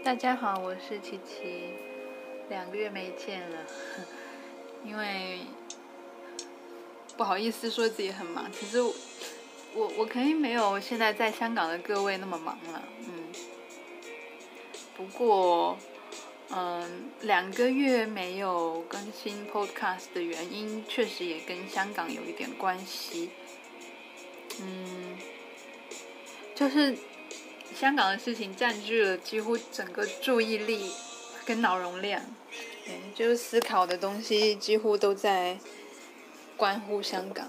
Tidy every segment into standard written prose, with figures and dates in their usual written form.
大家好，我是琪琪，2个月没见了，因为不好意思说自己很忙，其实我肯定没有现在在香港的各位那么忙了，不过2个月没有更新 podcast 的原因，确实也跟香港有一点关系，就是香港的事情占据了几乎整个注意力跟脑容量，就是思考的东西几乎都在关乎香港。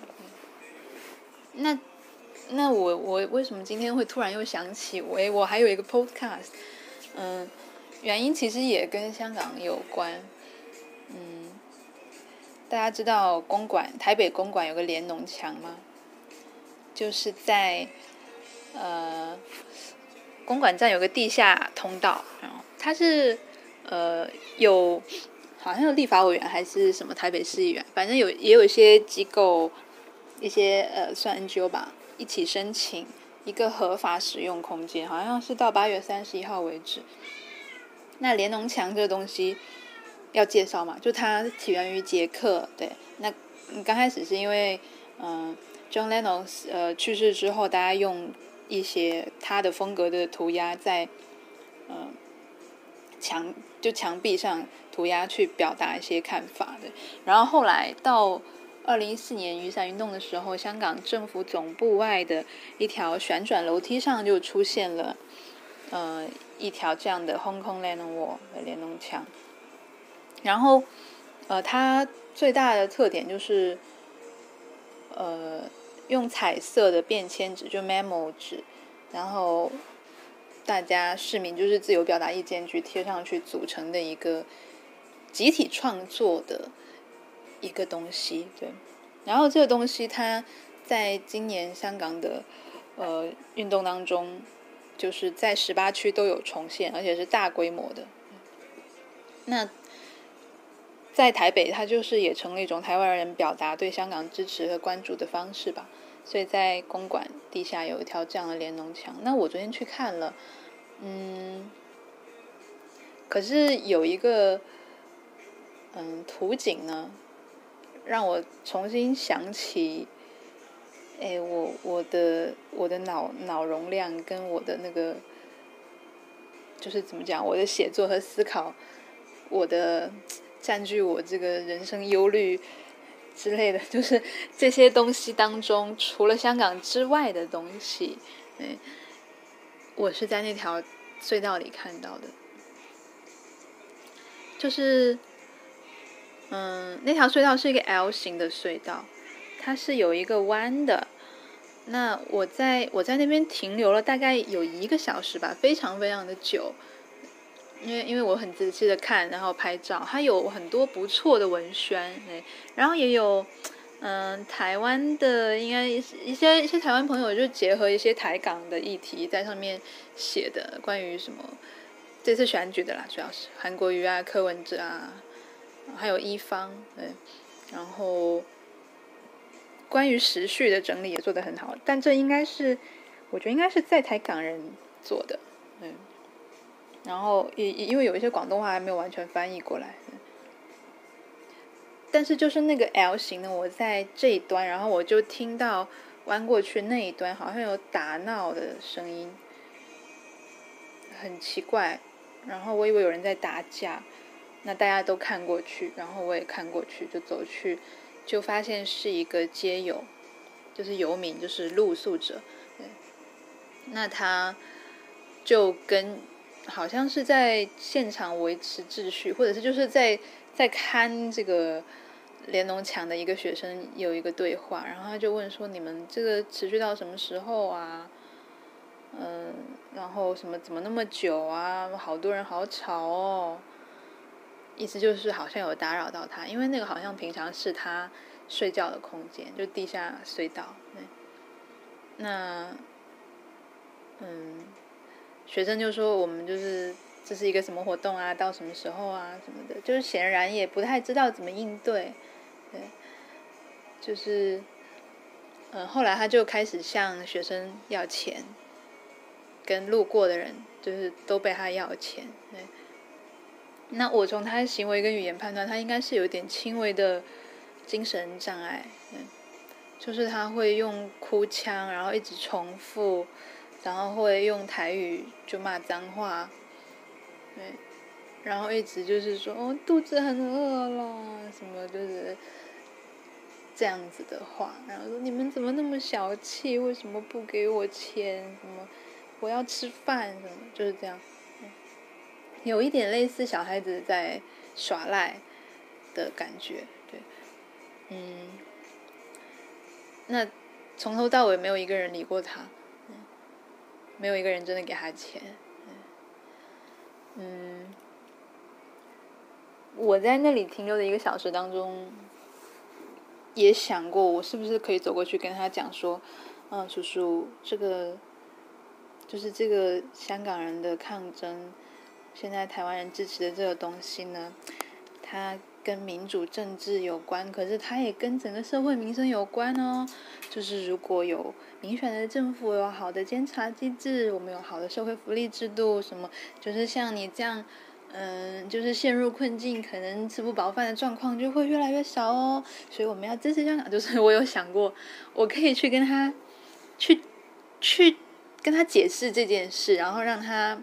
那我为什么今天会突然又想起我还有一个 podcast？原因其实也跟香港有关。大家知道台北公馆有个连农墙吗？就是在公馆站有个地下通道，它是有好像有立法委员还是什么台北市议员，反正也有一些机构，一些算 NGO 吧，一起申请一个合法使用空间，好像是到8月31号为止。那连农墙这个东西要介绍嘛，就它起源于捷克，对，那刚开始是因为John Lennon 去世之后，大家用一些他的风格的涂鸦在墙壁上涂鸦去表达一些看法的。然后后来到2014年雨伞运动的时候，香港政府总部外的一条旋转楼梯上就出现了一条这样的 Hong Kong Lennon Wall 的连农墙。然后它最大的特点就是用彩色的便签纸，就 memo 纸，然后大家市民就是自由表达意见去贴上去组成的一个集体创作的一个东西，对。然后这个东西它在今年香港的运动当中，就是在18区都有重现，而且是大规模的。那在台北，它就是也成了一种台湾人表达对香港支持和关注的方式吧。所以在公馆地下有一条这样的连农墙。那我昨天去看了，可是有一个图景呢，让我重新想起，我的脑容量跟我的那个，就是怎么讲，我的写作和思考，我的占据我这个人生忧虑之类的，就是这些东西当中，除了香港之外的东西，我是在那条隧道里看到的，就是那条隧道是一个 L 型的隧道，它是有一个弯的。那我在那边停留了大概有1个小时吧，非常非常的久。因为我很仔细的看，然后拍照，它有很多不错的文宣，然后也有台湾的，应该一些台湾朋友就结合一些台港的议题在上面写的，关于什么这次选举的啦，主要是韩国瑜啊、柯文哲啊，还有一方，然后关于时序的整理也做得很好，但这我觉得应该是在台港人做的，然后因为有一些广东话还没有完全翻译过来，但是就是那个 L 型的，我在这一端，然后我就听到弯过去那一端好像有打闹的声音，很奇怪，然后我以为有人在打架，那大家都看过去，然后我也看过去，就走去，就发现是一个街友，就是游民，就是露宿者，那他就跟好像是在现场维持秩序，或者是就是在看这个连农墙的一个学生有一个对话，然后他就问说：“你们这个持续到什么时候啊？然后什么怎么那么久啊？好多人好吵哦。”意思就是好像有打扰到他，因为那个好像平常是他睡觉的空间，就地下隧道。那学生就说我们就是这是一个什么活动啊，到什么时候啊什么的，就是显然也不太知道怎么应对，对，就是后来他就开始向学生要钱， 跟路过的人就是都被他要钱。对，那我从他的行为跟语言判断，他应该是有点轻微的精神障碍。就是他会用哭腔，然后一直重复，然后会用台语就骂脏话，对，然后一直就是说肚子很饿了，什么就是这样子的话，然后说你们怎么那么小气，为什么不给我钱，什么我要吃饭，什么就是这样，有一点类似小孩子在耍赖的感觉，对，那从头到尾没有一个人理过他，没有一个人真的给他钱。我在那里停留的1个小时当中，也想过我是不是可以走过去跟他讲说，叔叔，这个就是这个香港人的抗争，现在台湾人支持的这个东西呢，它跟民主政治有关，可是它也跟整个社会民生有关哦。就是如果有民选的政府，有好的监察机制，我们有好的社会福利制度，什么就是像你这样，就是陷入困境，可能吃不饱饭的状况就会越来越少哦。所以我们要支持香港。就是我有想过，我可以去跟他去跟他解释这件事，然后让他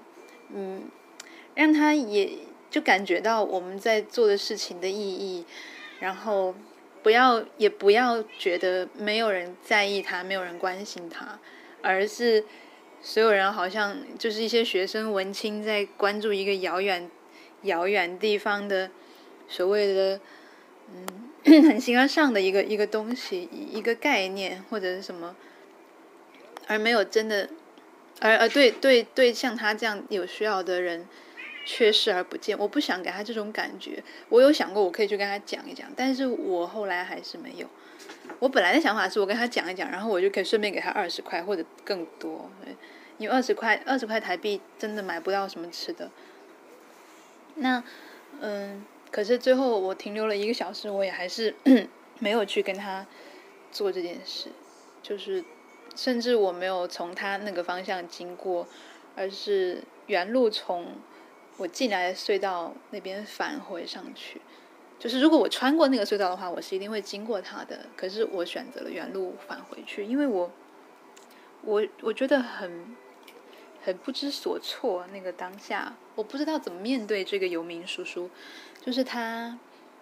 也就感觉到我们在做的事情的意义，然后也不要觉得没有人在意他，没有人关心他，而是所有人好像就是一些学生文青在关注一个遥远地方的所谓的很形而上的一个东西，一个概念或者是什么，而没有真的对像他这样有需要的人缺视而不见。我不想给他这种感觉。我有想过我可以去跟他讲一讲，但是我后来还是没有。我本来的想法是我跟他讲一讲，然后我就可以顺便给他20块或者更多，因为20块台币真的买不到什么吃的。那可是最后我停留了1个小时，我也还是没有去跟他做这件事，就是甚至我没有从他那个方向经过，而是原路从我进来的隧道那边返回上去。就是如果我穿过那个隧道的话，我是一定会经过他的，可是我选择了原路返回去，因为我觉得很不知所措。那个当下我不知道怎么面对这个游民叔叔，就是他，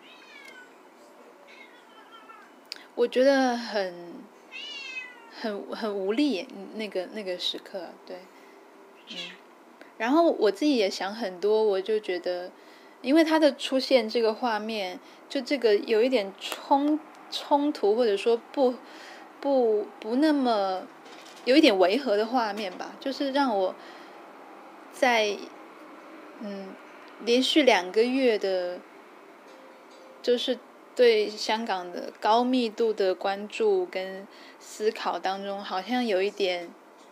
我觉得很无力，那个时刻，对，然后我自己也想很多，我就觉得因为他的出现这个画面，就这个有一点冲突，或者说不那么有一点违和的画面吧，就是让我在连续2个月的就是对香港的高密度的关注跟思考当中，好像有一点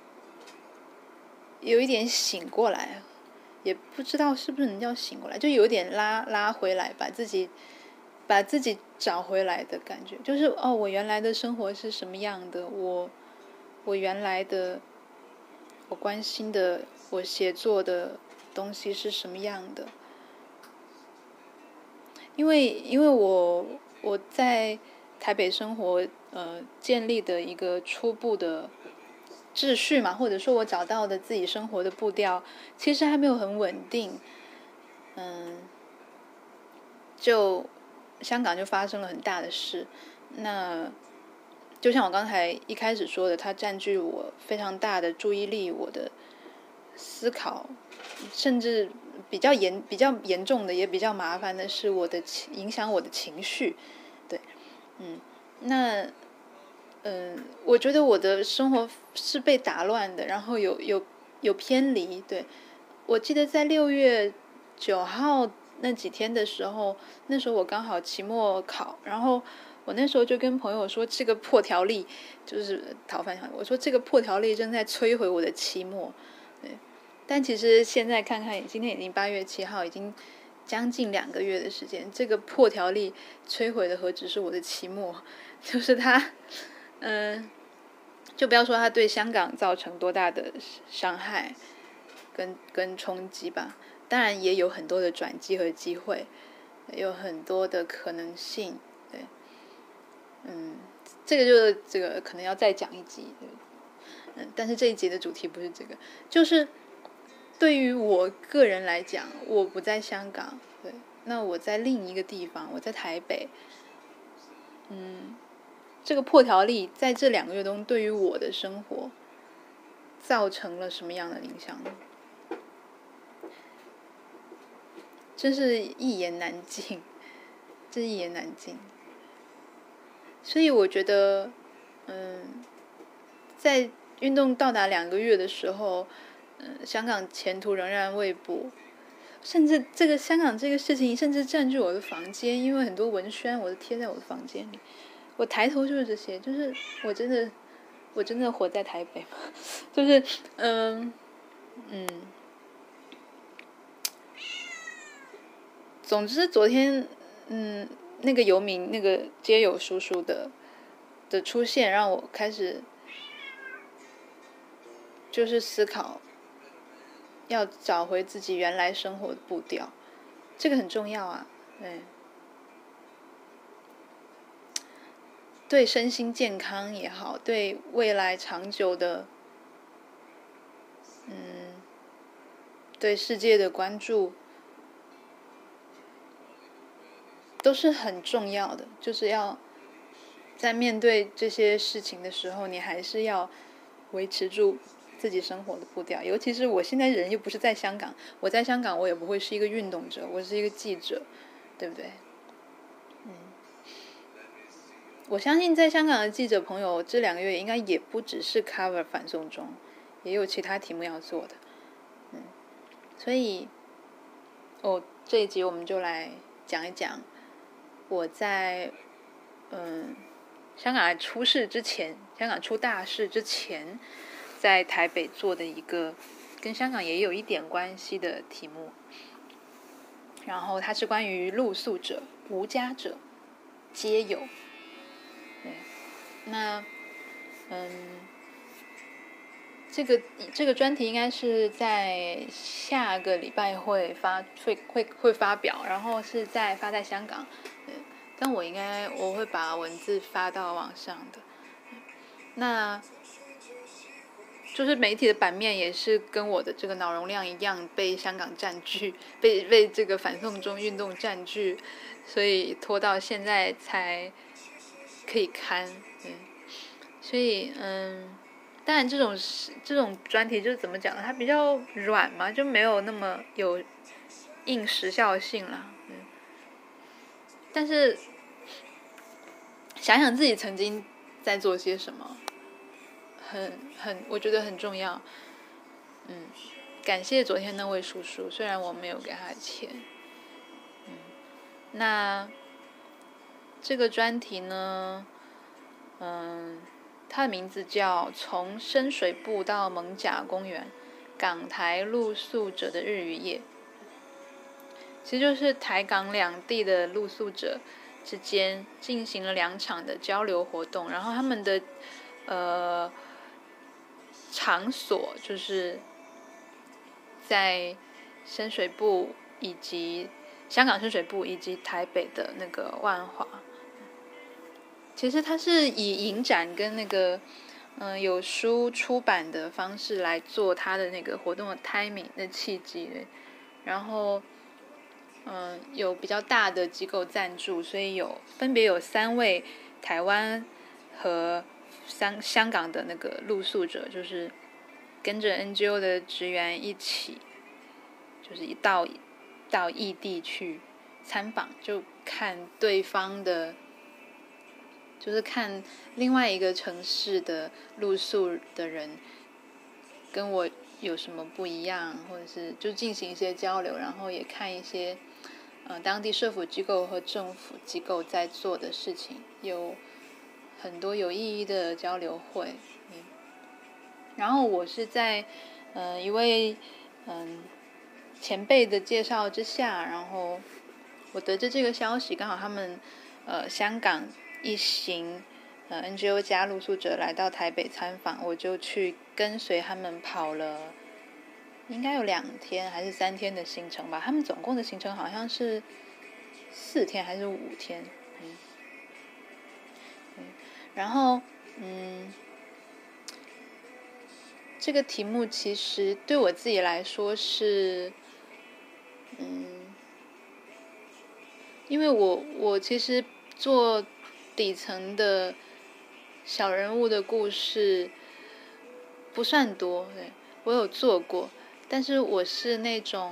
醒过来，也不知道是不是能叫醒过来，就有点拉回来，把自己找回来的感觉。就是我原来的生活是什么样的，我原来的我关心的我写作的东西是什么样的。因为我在台北生活建立的一个初步的秩序嘛，或者说我找到的自己生活的步调其实还没有很稳定。就香港就发生了很大的事，那就像我刚才一开始说的，它占据我非常大的注意力，我的思考，甚至比较严重的也比较麻烦的是影响我的情绪。对，那我觉得我的生活是被打乱的，然后有偏离。对，我记得在6月9号那几天的时候，那时候我刚好期末考，然后我那时候就跟朋友说，这个破条例就是逃犯条例，我说这个破条例正在摧毁我的期末。对，但其实现在看看，今天已经8月7号，已经将近2个月的时间，这个破条例摧毁的何止是我的期末，就是它就不要说它对香港造成多大的伤害跟冲击吧，当然也有很多的转机和机会，有很多的可能性。对，这个可能要再讲一集。但是这一集的主题不是这个，就是对于我个人来讲，我不在香港，对，那我在另一个地方，我在台北，这个破条例在这2个月中对于我的生活造成了什么样的影响呢？真是一言难尽，真是一言难尽。所以我觉得，在运动到达2个月的时候，香港前途仍然未卜，甚至这个香港这个事情甚至占据我的房间，因为很多文宣我都贴在我的房间里。我抬头就是这些，就是我真的活在台北嘛，就是总之昨天那个游民那个街友叔叔的出现，让我开始就是思考，要找回自己原来生活的步调，这个很重要啊，对身心健康也好，对未来长久的对世界的关注都是很重要的，就是要在面对这些事情的时候，你还是要维持住自己生活的步调。尤其是我现在人又不是在香港，我在香港我也不会是一个运动者，我是一个记者，对不对？我相信在香港的记者朋友这2个月应该也不只是 cover 反送中，也有其他题目要做的。所以这一集我们就来讲一讲我在香港出事之前，香港出大事之前，在台北做的一个跟香港也有一点关系的题目。然后它是关于露宿者、无家者皆有。对，那这个专题应该是在下个礼拜会发表，然后是发在香港，但我会把文字发到网上的。那就是媒体的版面也是跟我的这个脑容量一样被香港占据，被这个反送中运动占据，所以拖到现在才可以看。所以当然这种专题就是怎么讲呢？它比较软嘛，就没有那么有硬时效性啦。但是想想自己曾经在做些什么，我觉得很重要。感谢昨天那位叔叔，虽然我没有给他钱。那这个专题呢，它的名字叫《从深水埗到艋舺公园：港台露宿者的日与夜》。其实就是台港两地的露宿者之间进行了2场的交流活动，然后他们的场所就是在深水埗以及香港深水埗以及台北的那个万华。其实它是以影展跟那个有书出版的方式来做它的那个活动的 timing 的契机，然后有比较大的机构赞助，所以分别有3位台湾和香港的那个露宿者，就是跟着 NGO 的职员一起，就是到异地去参访，就看对方的，就是看另外一个城市的露宿的人跟我有什么不一样，或者是就进行一些交流，然后也看一些当地社福机构和政府机构在做的事情，有很多有意义的交流会。然后我是在一位前辈的介绍之下，然后我得知这个消息，刚好他们香港一行 NGO 加露宿者来到台北参访，我就去跟随他们跑了，应该有2天还是3天的行程吧。他们总共的行程好像是4天还是5天。然后这个题目其实对我自己来说是因为我其实做底层的小人物的故事不算多，对，我有做过，但是我是那种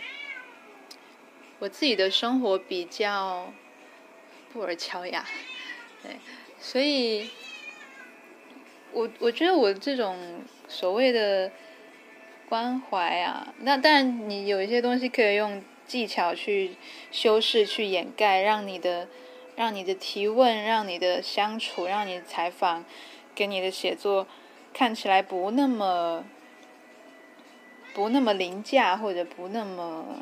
我自己的生活比较布尔乔亚，对，所以我觉得我这种所谓的关怀啊，那当然你有一些东西可以用技巧去修饰、去掩盖，让你的提问、让你的相处、让你的采访、给你的写作看起来不那么凌驾，或者不那么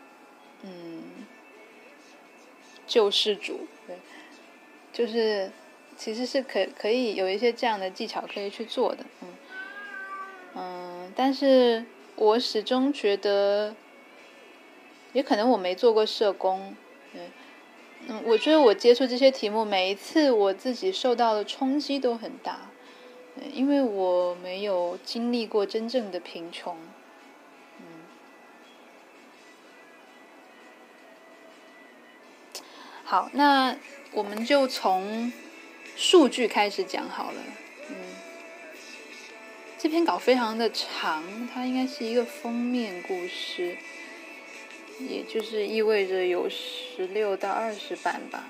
救世主，对，就是其实是可以有一些这样的技巧可以去做的，但是我始终觉得，也可能我没做过社工，我觉得我接触这些题目，每一次我自己受到的冲击都很大，因为我没有经历过真正的贫穷，好，那我们就从数据开始讲好了。这篇稿非常的长，它应该是一个封面故事，也就是意味着有16到20版吧。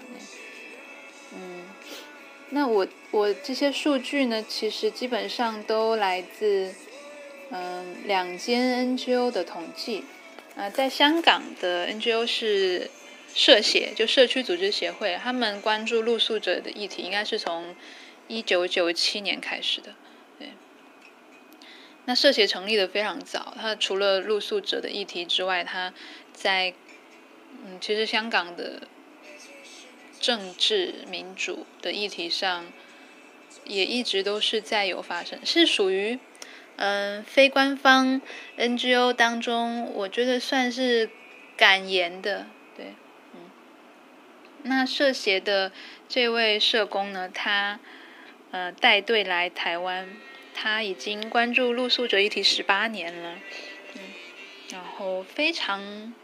那我这些数据呢，其实基本上都来自2间 NGO 的统计。在香港的 NGO 是社协，就社区组织协会，他们关注露宿者的议题，应该是从1997年开始的。对，那社协成立的非常早，它除了露宿者的议题之外，它在其实香港的政治民主的议题上，也一直都是在有发生，是属于非官方 NGO 当中，我觉得算是敢言的，对，那社协的这位社工呢，他带队来台湾，他已经关注露宿者议题18年了，然后非常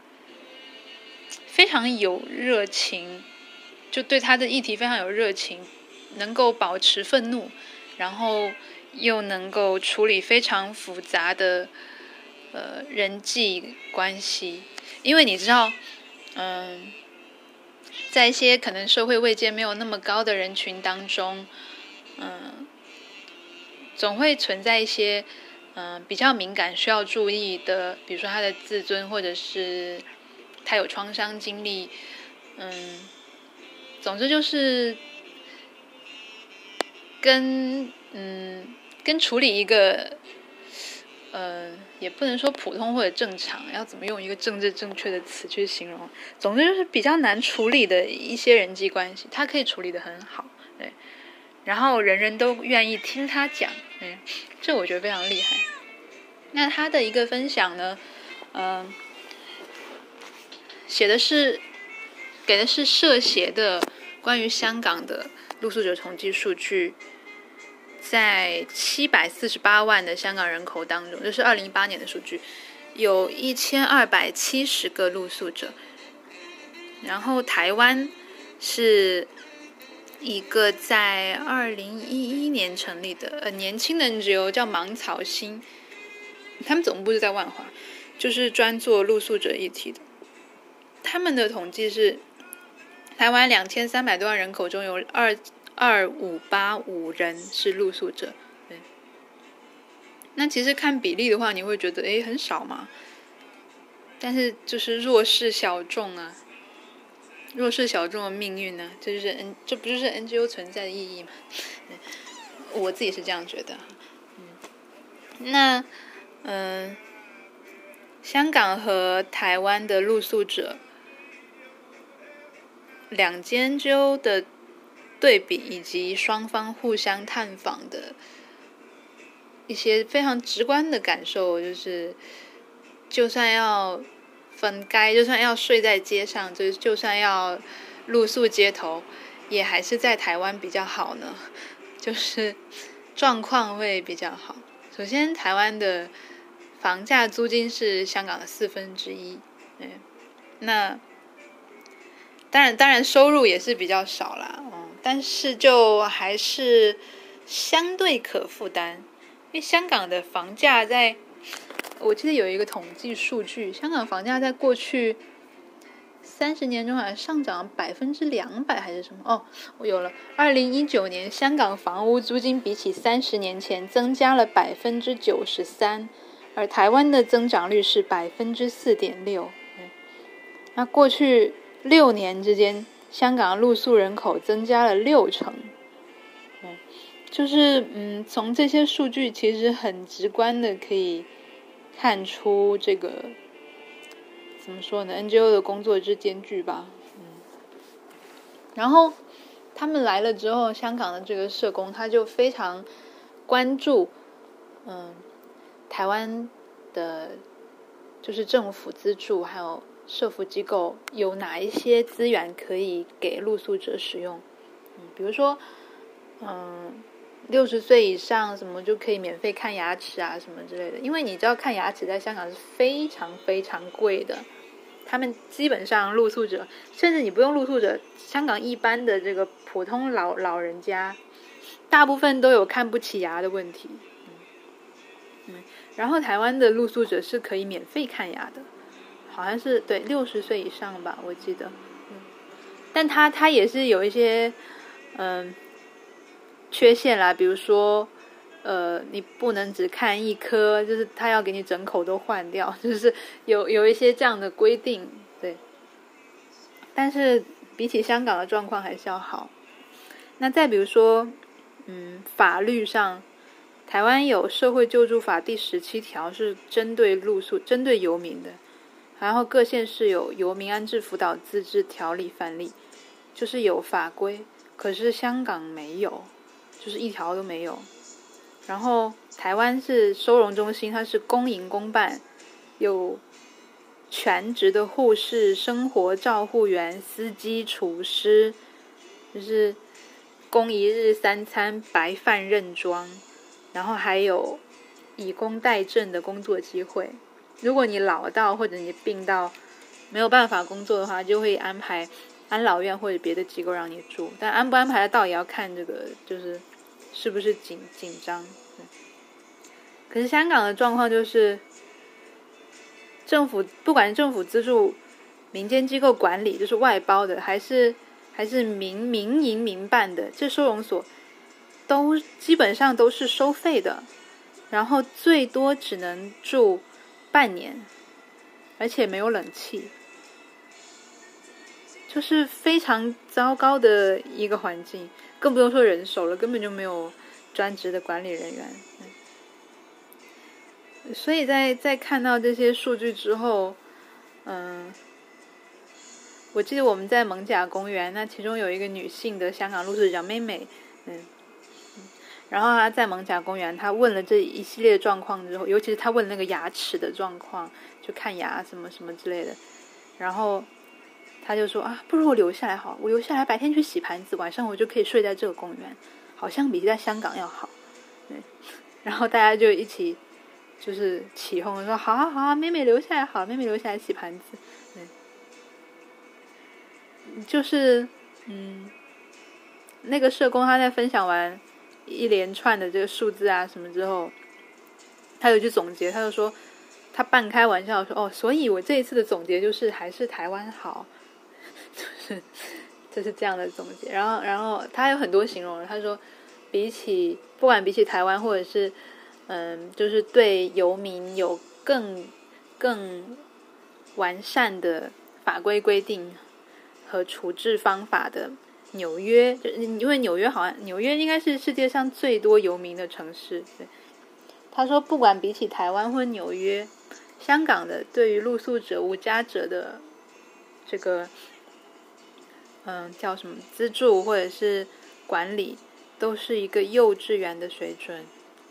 有热情，就对他的议题非常有热情，能够保持愤怒，然后又能够处理非常复杂的人际关系，因为你知道，在一些可能社会位阶没有那么高的人群当中，总会存在一些比较敏感需要注意的，比如说他的自尊，或者是他有创伤经历，总之就是跟处理一个也不能说普通或者正常，要怎么用一个政治正确的词去形容，总之就是比较难处理的一些人际关系，他可以处理得很好，对，然后人人都愿意听他讲，这我觉得非常厉害。那他的一个分享呢，给的是社协的关于香港的露宿者统计数据，在748万的香港人口当中，这是2018年的数据，有1270个露宿者。然后台湾是一个在2011年成立的年轻的 NGO 叫芒草心，他们总部是在万华，就是专做露宿者议题的。他们的统计是台湾2300多万人口中有22585人是露宿者，对。那其实看比例的话，你会觉得很少嘛，但是就是弱势小众啊，弱势小众的命运呢，这不就是 NGO 存在的意义吗？我自己是这样觉得。那香港和台湾的露宿者2间NGO的对比以及双方互相探访的一些非常直观的感受，就是就算要分开，就算要睡在街上，就算要露宿街头，也还是在台湾比较好呢，就是状况会比较好。首先台湾的房价租金是香港的1/4，那当然收入也是比较少啦，但是就还是相对可负担。因为香港的房价我记得有一个统计数据，香港房价在过去30年中好像上涨200%还是什么？我有了。2019年香港房屋租金比起30年前增加了93%，而台湾的增长率是4.6%。那过去6年之间，香港露宿人口增加了60%。就是从这些数据其实很直观的可以看出这个怎么说呢 NGO 的工作之艰巨吧。然后他们来了之后，香港的这个社工他就非常关注台湾的就是政府资助还有社福机构有哪一些资源可以给露宿者使用。比如说60岁以上什么就可以免费看牙齿啊什么之类的，因为你知道看牙齿在香港是非常非常贵的，他们基本上露宿者，甚至你不用露宿者，香港一般的这个普通老人家大部分都有看不起牙的问题。然后台湾的露宿者是可以免费看牙的，好像是对60岁以上吧，我记得。但他也是有一些缺陷啦，比如说你不能只看一颗，就是他要给你整口都换掉，就是有一些这样的规定。对，但是比起香港的状况还是要好。那再比如说法律上，台湾有社会救助法第17条是针对针对游民的，然后各县市有游民安置辅导自治条例范例，就是有法规，可是香港没有，就是一条都没有。然后台湾是收容中心，它是公营公办，有全职的护士、生活照护员、司机、厨师，就是供1日3餐，白饭任装，然后还有以工代赈的工作机会。如果你老到或者你病到没有办法工作的话，就会安排安老院或者别的机构让你住，但安不安排得到也要看这个就是是不是紧张。可是香港的状况就是不管政府资助、民间机构管理，就是外包的还是民营民办的，这收容所都基本上都是收费的，然后最多只能住半年，而且没有冷气，就是非常糟糕的一个环境，更不用说人手了，根本就没有专职的管理人员。所以在看到这些数据之后，我记得我们在蒙甲公园，那其中有一个女性的香港露宿者叫妹妹，然后她在蒙甲公园，她问了这一系列状况之后，尤其是她问那个牙齿的状况，就看牙什么什么之类的，然后她就说不如我留下来好，我留下来白天去洗盘子，晚上我就可以睡在这个公园，好像比在香港要好。然后大家就一起就是起哄说好啊，妹妹留下来好，妹妹留下来洗盘子。就是那个社工他在分享完一连串的这个数字啊什么之后，他有句总结，他就说他半开玩笑说所以我这一次的总结就是还是台湾好，就是这样的总结。然后他有很多形容，他说不管比起台湾或者是就是对游民有更完善的法规规定和处置方法的纽约，因为纽约应该是世界上最多游民的城市。对，他说不管比起台湾或纽约，香港的对于露宿者无家者的这个叫什么资助或者是管理都是一个幼稚园的水准。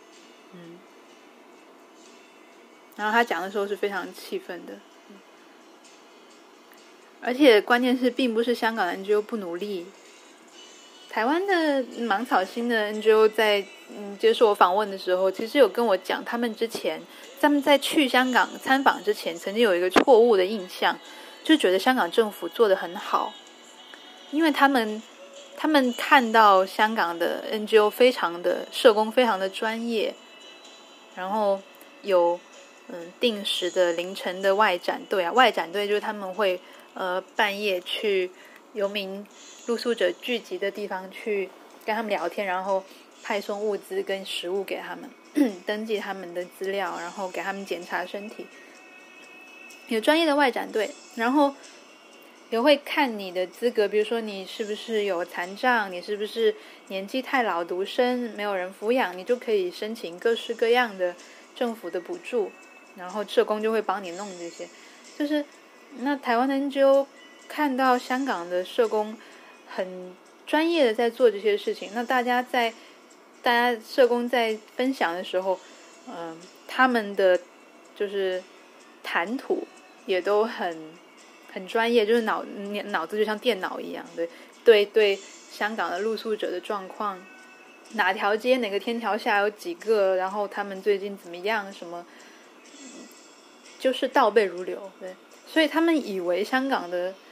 然后他讲的时候是非常气愤的，而且关键是并不是香港的 NGO 不努力，台湾的芒草心的 NGO 在接受我访问的时候，其实有跟我讲，他们在去香港参访之前，曾经有一个错误的印象，就觉得香港政府做得很好，因为他们看到香港的 NGO 社工非常的专业，然后有定时的凌晨的外展队啊，外展队就是他们会半夜去游民露宿者聚集的地方去跟他们聊天，然后派送物资跟食物给他们，登记他们的资料，然后给他们检查身体，有专业的外展队，然后也会看你的资格，比如说你是不是有残障，你是不是年纪太老独生没有人抚养，你就可以申请各式各样的政府的补助，然后社工就会帮你弄这些。就是那台湾的 NGO 看到香港的社工很专业的在做这些事情，那大家社工在分享的时候，他们的就是谈吐也都很专业，就是脑子就像电脑一样，对香港的露宿者的状况，哪条街哪个天桥下有几个，然后他们最近怎么样，什么就是倒背如流。对，所以他们以为香港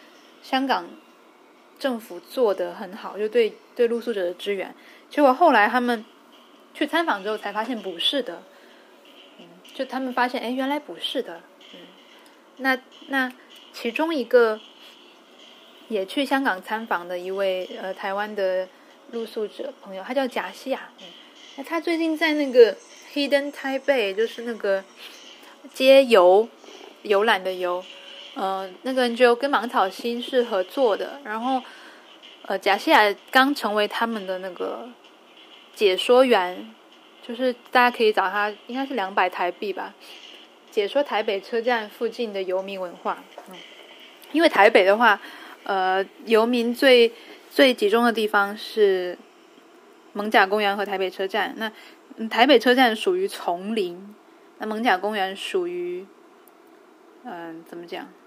政府做得很好，就对露宿者的支援，结果后来他们去参访之后才发现不是的，就他们发现原来不是的。那其中一个也去香港参访的一位台湾的露宿者朋友，他叫贾西亚，他最近在那个 Hidden Taipei， 就是那个街游览的游，那个 NGO 跟芒草心是合作的，然后贾西亚刚成为他们的那个解说员，就是大家可以找他，应该是200台币吧，解说台北车站附近的游民文化。因为台北的话游民最集中的地方是艋舺公园和台北车站，那台北车站属于丛林，那艋舺公园属于怎么讲，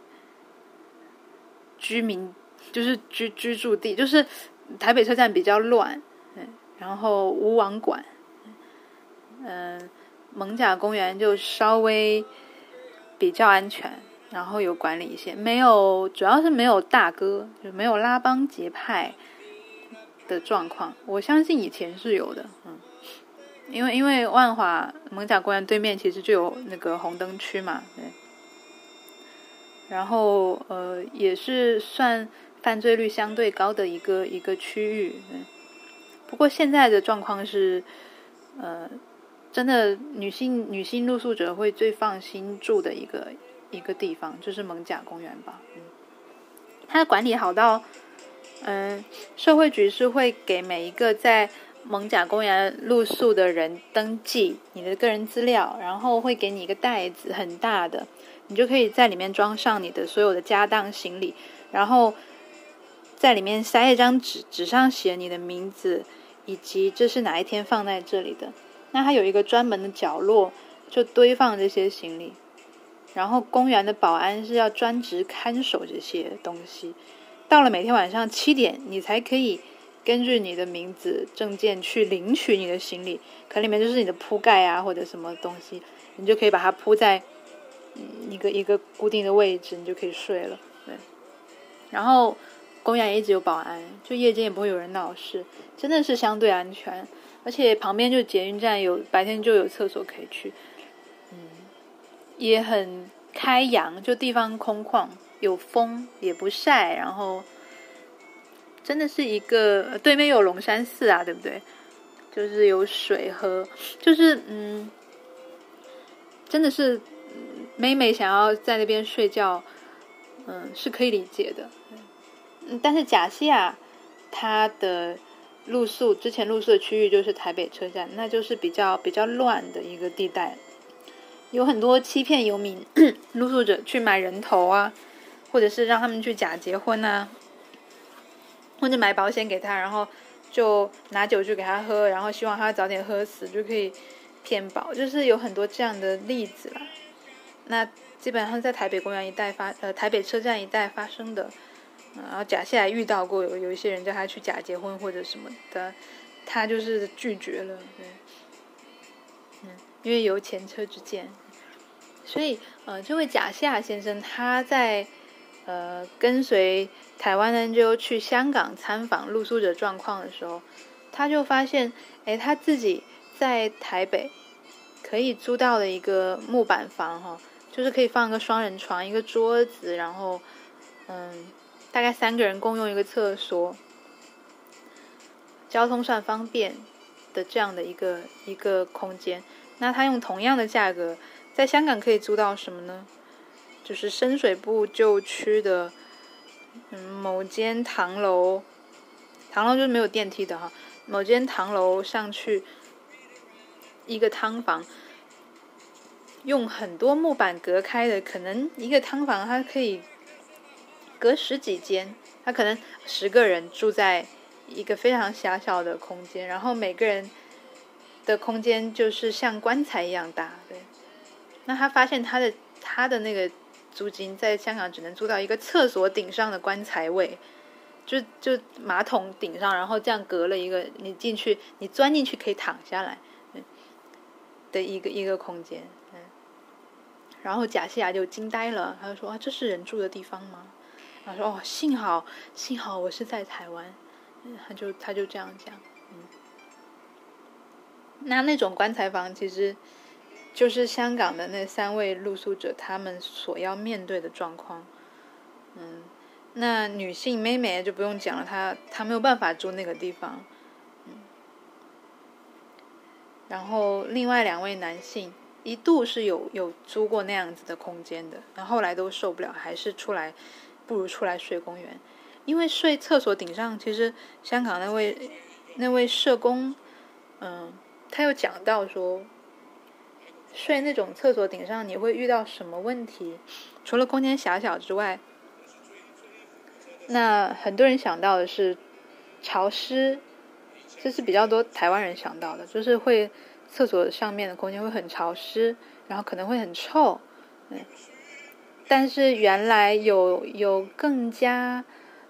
居民就是居住地，就是台北车站比较乱，然后无网管，艋舺公园就稍微比较安全，然后有管理线，主要是没有大哥，就没有拉帮结派的状况。我相信以前是有的，因为万华艋舺公园对面其实就有那个红灯区嘛，对。然后也是算犯罪率相对高的一个区域，不过现在的状况是真的女性露宿者会最放心住的一个地方，就是艋舺公园吧。它的管理好到社会局是会给每一个在艋舺公园露宿的人登记你的个人资料，然后会给你一个袋子，很大的，你就可以在里面装上你的所有的家当行李，然后在里面塞一张纸，纸上写你的名字以及这是哪一天放在这里的。那它有一个专门的角落就堆放这些行李，然后公园的保安是要专职看守这些东西，到了每天晚上7点你才可以根据你的名字证件去领取你的行李，可能里面就是你的铺盖啊或者什么东西，你就可以把它铺在一个固定的位置，你就可以睡了。对，然后公园也一直有保安，就夜间也不会有人闹事，真的是相对安全，而且旁边就捷运站，白天就有厕所可以去，也很开扬，就地方空旷，有风也不晒，然后真的是一个对面有龙山寺啊，对不对？就是有水喝，就是真的是妹妹想要在那边睡觉，是可以理解的。但是贾西亚他的之前露宿的区域就是台北车站，那就是比较乱的一个地带，有很多欺骗游民露宿者去买人头啊，或者是让他们去假结婚啊，或者买保险给他，然后就拿酒去给他喝，然后希望他早点喝死就可以骗饱，就是有很多这样的例子啦。那基本上在台北公园一带台北车站一带发生的，然后假下来遇到过有一些人叫他去假结婚或者什么的，他就是拒绝了，对，因为有前车之鉴。所以这位贾夏先生他在跟随台湾 NGO 去香港参访露宿者状况的时候，他就发现他自己在台北可以租到的一个木板房就是可以放一个双人床，一个桌子，然后大概3个人共用一个厕所，交通算方便的这样的一个空间。那他用同样的价格在香港可以租到什么呢？就是深水埗旧区的某间唐楼就是没有电梯的某间唐楼上去一个汤房，用很多木板隔开的，可能一个汤房它可以隔10几间，它可能10个人住在一个非常狭小的空间，然后每个人的空间就是像棺材一样大。对，那他发现他的那个租金在香港只能租到一个厕所顶上的棺材位，就马桶顶上，然后这样隔了一个你钻进去可以躺下来的一个空间。然后贾西亚就惊呆了，他就说这是人住的地方吗？然后说幸好我是在台湾。他就这样讲。那种棺材房其实就是香港的那3位露宿者他们所要面对的状况。那女性妹妹就不用讲了，她没有办法住那个地方。然后另外2位男性一度是有租过那样子的空间的，然后后来都受不了，还是不如出来睡公园。因为睡厕所顶上，其实香港那位社工他有讲到说，睡那种厕所顶上你会遇到什么问题？除了空间狭小之外，那很多人想到的是潮湿，这是比较多台湾人想到的，就是会厕所上面的空间会很潮湿，然后可能会很臭。但是原来有更加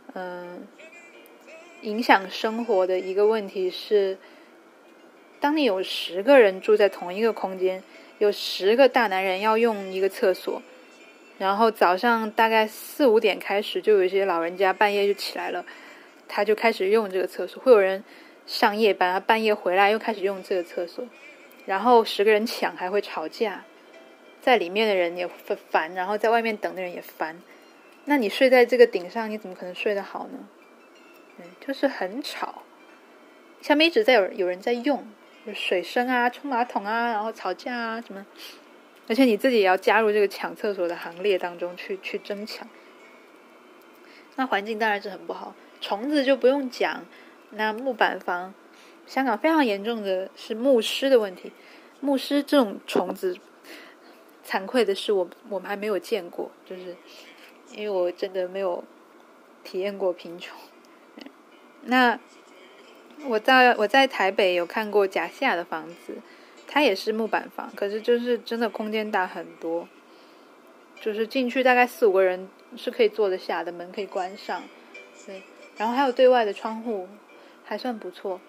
影响生活的一个问题是，当你有10个人住在同一个空间，有10个大男人要用一个厕所，然后早上大概4、5点开始，就有一些老人家半夜就起来了，他就开始用这个厕所，会有人上夜班，他半夜回来又开始用这个厕所，然后10个人抢还会吵架，在里面的人也烦，然后在外面等的人也烦。那你睡在这个顶上，你怎么可能睡得好呢？就是很吵，下面一直在有人在用，水声啊、冲马桶啊，然后吵架啊什么，而且你自己也要加入这个抢厕所的行列当中去争抢，那环境当然是很不好。虫子就不用讲，那木板房，香港非常严重的是木虱的问题。木虱这种虫子，惭愧的是我们还没有见过，就是因为我真的没有体验过贫穷。那我在台北有看过甲下的房子，它也是木板房，可是就是真的空间大很多，就是进去大概4、5个人是可以坐得下的，门可以关上，对，然后还有对外的窗户，还算不错。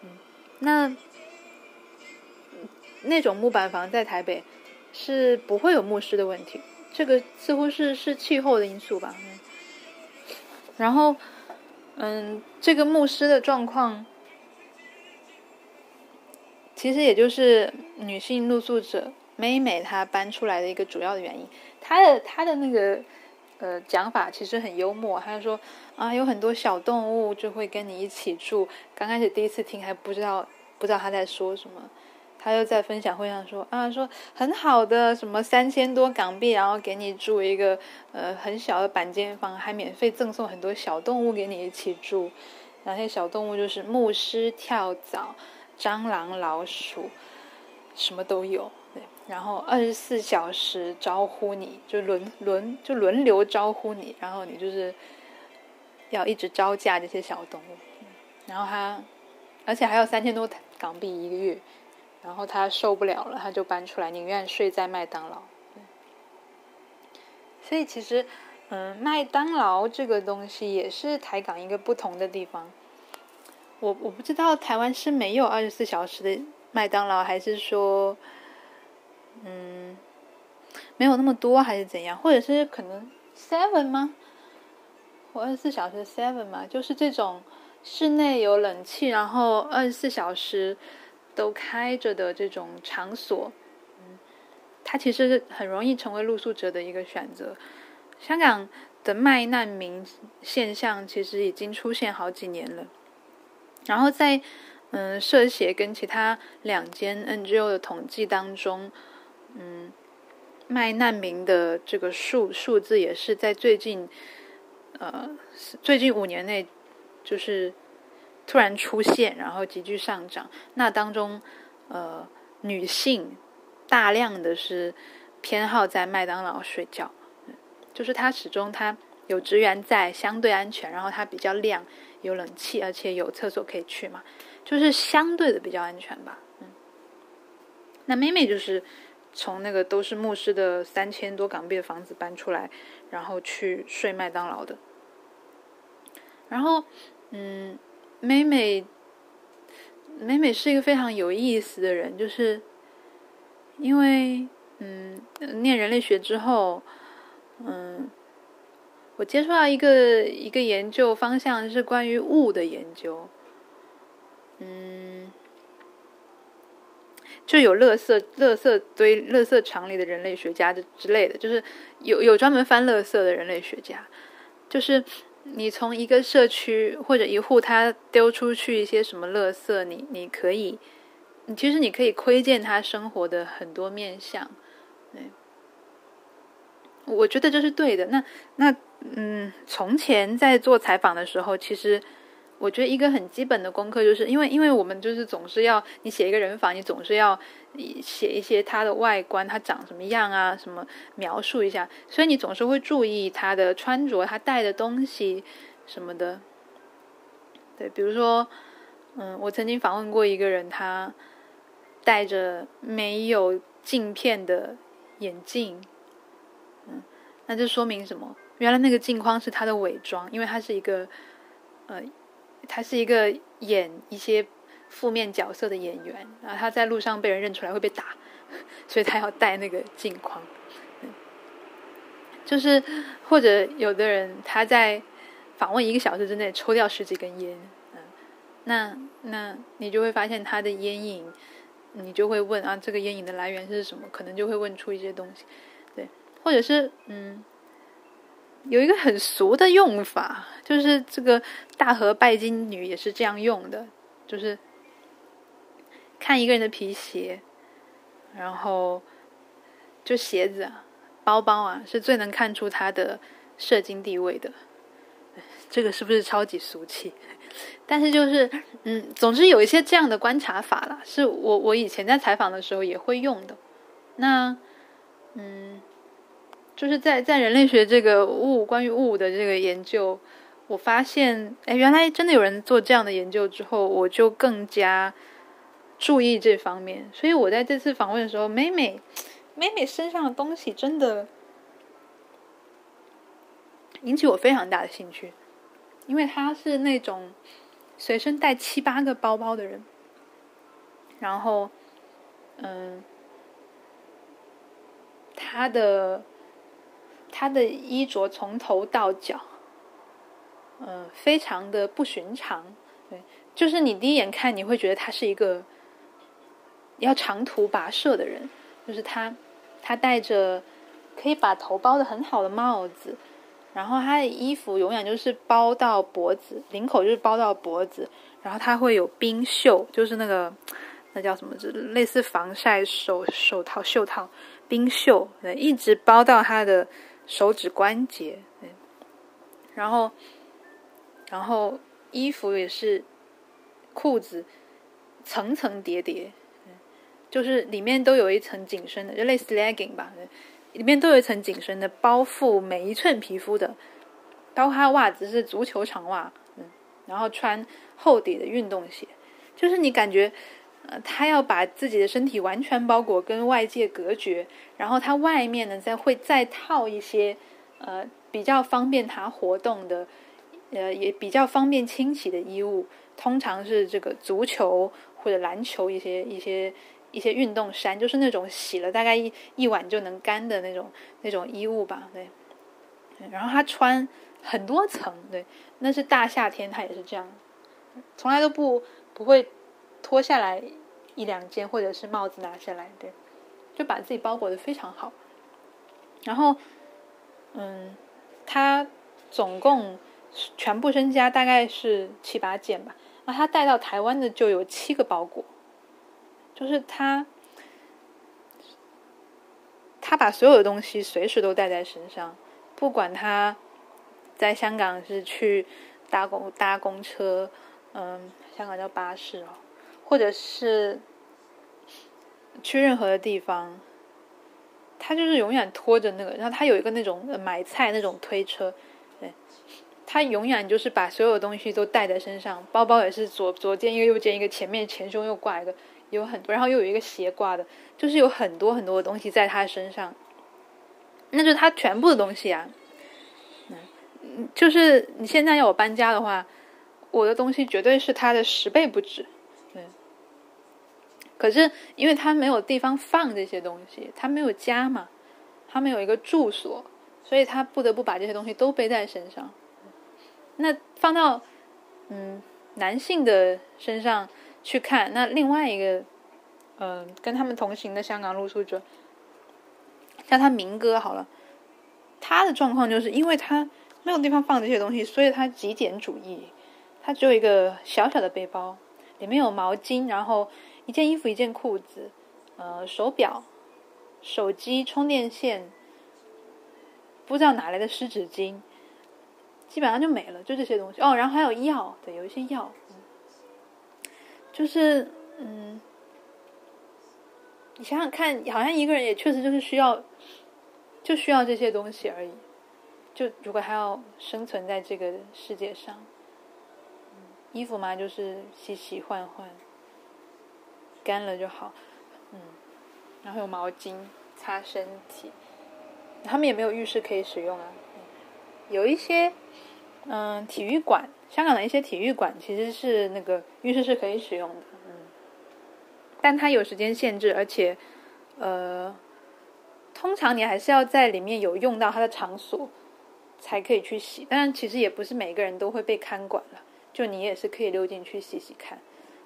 那种木板房在台北是不会有木虱的问题，这个似乎是气候的因素吧。然后这个木虱的状况其实也就是女性露宿者妹妹她搬出来的一个主要的原因。她的那个讲法其实很幽默，她说有很多小动物就会跟你一起住，刚开始第一次听还不知道她在说什么，她就在分享会上说说很好的什么3000多港币，然后给你住一个很小的板间房，还免费赠送很多小动物给你一起住，那些小动物就是木虱、跳蚤、蟑螂、老鼠，什么都有。对，然后24小时招呼你，就轮流招呼你，然后你就是要一直招架这些小动物。然后而且还要3000多港币一个月，然后他受不了了，他就搬出来，宁愿睡在麦当劳。所以其实麦当劳这个东西也是台港一个不同的地方。我不知道台湾是没有24小时的麦当劳，还是说没有那么多，还是怎样，或者是可能 Seven 吗？或24小时的 Seven 嘛，就是这种室内有冷气，然后24小时都开着的这种场所，它其实很容易成为露宿者的一个选择。香港的卖难民现象其实已经出现好几年了，然后在社协跟其他2间 NGO 的统计当中，卖难民的这个数字也是在最近5年内就是突然出现，然后急剧上涨。那当中女性大量的是偏好在麦当劳睡觉，就是它始终它有职员在，相对安全，然后它比较亮，有冷气，而且有厕所可以去嘛，就是相对的比较安全吧。那妹妹就是从那个都是牧师的3000多港币的房子搬出来，然后去睡麦当劳的。然后妹妹是一个非常有意思的人，就是因为念人类学之后，我接触到一个研究方向是关于物的研究，就有垃圾堆、垃圾场里的人类学家之类的，就是有专门翻垃圾的人类学家，就是你从一个社区或者一户他丢出去一些什么垃圾，其实你可以窥见他生活的很多面向。我觉得这是对的。那从前在做采访的时候，其实我觉得一个很基本的功课，就是因为我们就是总是要你写一个人访，你总是要写一些他的外观，他长什么样啊，什么描述一下，所以你总是会注意他的穿着，他带的东西什么的。对，比如说我曾经访问过一个人，他戴着没有镜片的眼镜，那这说明什么？原来那个镜框是他的伪装，因为他是一个演一些负面角色的演员，然后他在路上被人认出来会被打，所以他要戴那个镜框。就是或者有的人他在访问1个小时之内抽掉10几根烟，那你就会发现他的烟瘾，你就会问这个烟瘾的来源是什么，可能就会问出一些东西。对，或者是有一个很俗的用法，就是这个大和拜金女也是这样用的，就是看一个人的皮鞋，然后就鞋子包包是最能看出他的社经地位的。这个是不是超级俗气？但是就是总之有一些这样的观察法啦，是我以前在采访的时候也会用的。那就是在人类学这个关于物的这个研究，我发现原来真的有人做这样的研究之后，我就更加注意这方面。所以我在这次访问的时候，妹妹身上的东西真的引起我非常大的兴趣，因为她是那种随身带7、8个包包的人，然后他的衣着从头到脚非常的不寻常。对，就是你第一眼看你会觉得他是一个要长途跋涉的人，就是他戴着可以把头包得很好的帽子，然后他的衣服永远就是包到脖子，领口就是包到脖子，然后他会有冰袖，就是那叫什么，类似防晒手套袖套，冰袖，一直包到他的手指关节。然后衣服也是裤子层层叠叠，就是里面都有一层紧身的，就类似 legging 吧，里面都有一层紧身的包覆每一寸皮肤的，包括他袜子是足球长袜，然后穿厚底的运动鞋， 就是你感觉他要把自己的身体完全包裹，跟外界隔绝，然后他外面呢再套一些比较方便他活动的也比较方便清洗的衣物，通常是这个足球或者篮球一些运动衫，就是那种洗了大概一晚就能干的那种衣物吧，对。然后他穿很多层，对，那是大夏天他也是这样，从来都不会脱下来一两件，或者是帽子拿下来，对，就把自己包裹得非常好。然后他总共全部身家大概是7、8件吧，那他带到台湾的就有7个包裹，就是他把所有的东西随时都带在身上，不管他在香港是去搭公车，香港叫巴士哦，或者是去任何的地方，他就是永远拖着那个，然后他有一个那种买菜那种推车，对，他永远就是把所有东西都带在身上，包包也是左肩一个右肩一个，前面前胸又挂一个，有很多，然后又有一个斜挂的，就是有很多很多的东西在他身上，那就是他全部的东西啊。就是你现在要我搬家的话，我的东西绝对是他的10倍不止。可是因为他没有地方放这些东西，他没有家嘛，他没有一个住所，所以他不得不把这些东西都背在身上。那放到男性的身上去看，那另外一个跟他们同行的香港露宿者，像他明哥好了，他的状况就是因为他没有地方放这些东西，所以他极简主义，他只有一个小小的背包，里面有毛巾，然后一件衣服一件裤子，手表、手机、充电线，不知道哪来的湿纸巾，基本上就没了，就这些东西哦。然后还有药，对，有一些药，就是你想想看，好像一个人也确实就是需要这些东西而已。就如果还要生存在这个世界上，衣服嘛就是洗洗换换，干了就好，然后有毛巾擦身体，他们也没有浴室可以使用啊。有一些体育馆，香港的一些体育馆其实是那个浴室是可以使用的，但它有时间限制，而且通常你还是要在里面有用到它的场所才可以去洗，当然其实也不是每个人都会被看管了，就你也是可以溜进去洗洗看。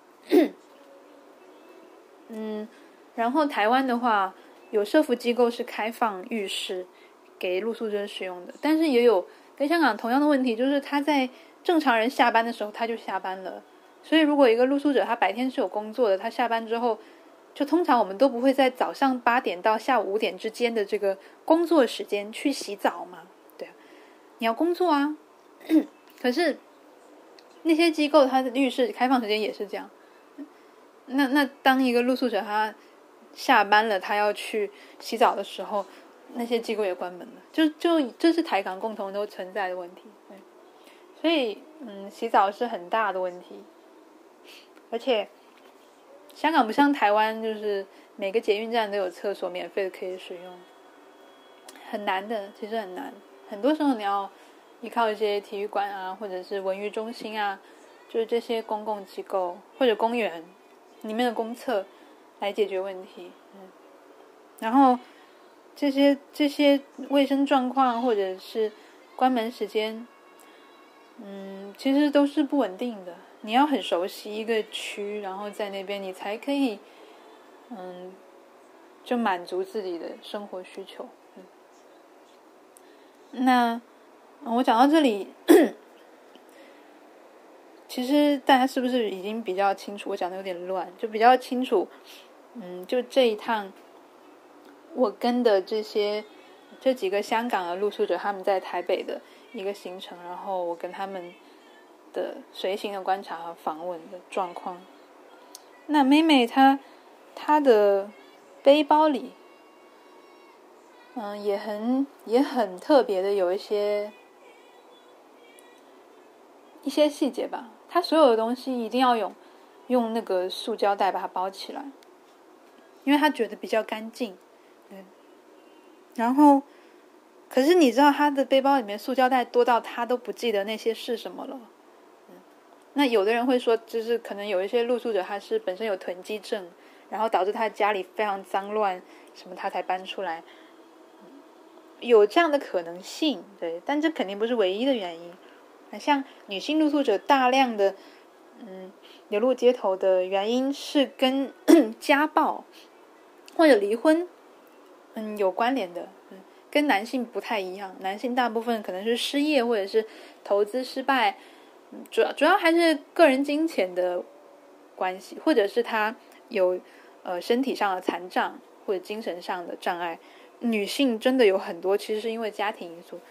然后台湾的话，有社福机构是开放浴室给露宿者使用的，但是也有跟香港同样的问题，就是他在正常人下班的时候他就下班了，所以如果一个露宿者他白天是有工作的，他下班之后，就通常我们都不会在早上8点到下午5点之间的这个工作时间去洗澡嘛，对啊，你要工作啊。可是那些机构它的浴室开放时间也是这样，那当一个露宿者他下班了，他要去洗澡的时候，那些机构也关门了，就这是台港共同都存在的问题，对，所以洗澡是很大的问题，而且香港不像台湾，就是每个捷运站都有厕所免费的可以使用，很难的，其实很难，很多时候你要依靠一些体育馆啊，或者是文娱中心啊，就是这些公共机构或者公园里面的公厕来解决问题。然后这些卫生状况或者是关门时间，其实都是不稳定的，你要很熟悉一个区，然后在那边你才可以就满足自己的生活需求。那我讲到这里其实大家是不是已经比较清楚，我讲的有点乱，就比较清楚就这一趟我跟的这几个香港的露宿者他们在台北的一个行程，然后我跟他们的随行的观察和访问的状况。那妹妹她的背包里也很特别的，有一些细节吧，她所有的东西一定要用那个塑胶袋把它包起来，因为他觉得比较干净。然后可是你知道他的背包里面塑胶袋多到他都不记得那些是什么了。那有的人会说，就是可能有一些露宿者他是本身有囤积症，然后导致他家里非常脏乱什么他才搬出来，有这样的可能性，对，但这肯定不是唯一的原因。像女性露宿者大量的流落街头的原因是跟家暴或者离婚有关联的，跟男性不太一样。男性大部分可能是失业或者是投资失败，主要还是个人金钱的关系，或者是他有身体上的残障或者精神上的障碍。女性真的有很多其实是因为家庭因素。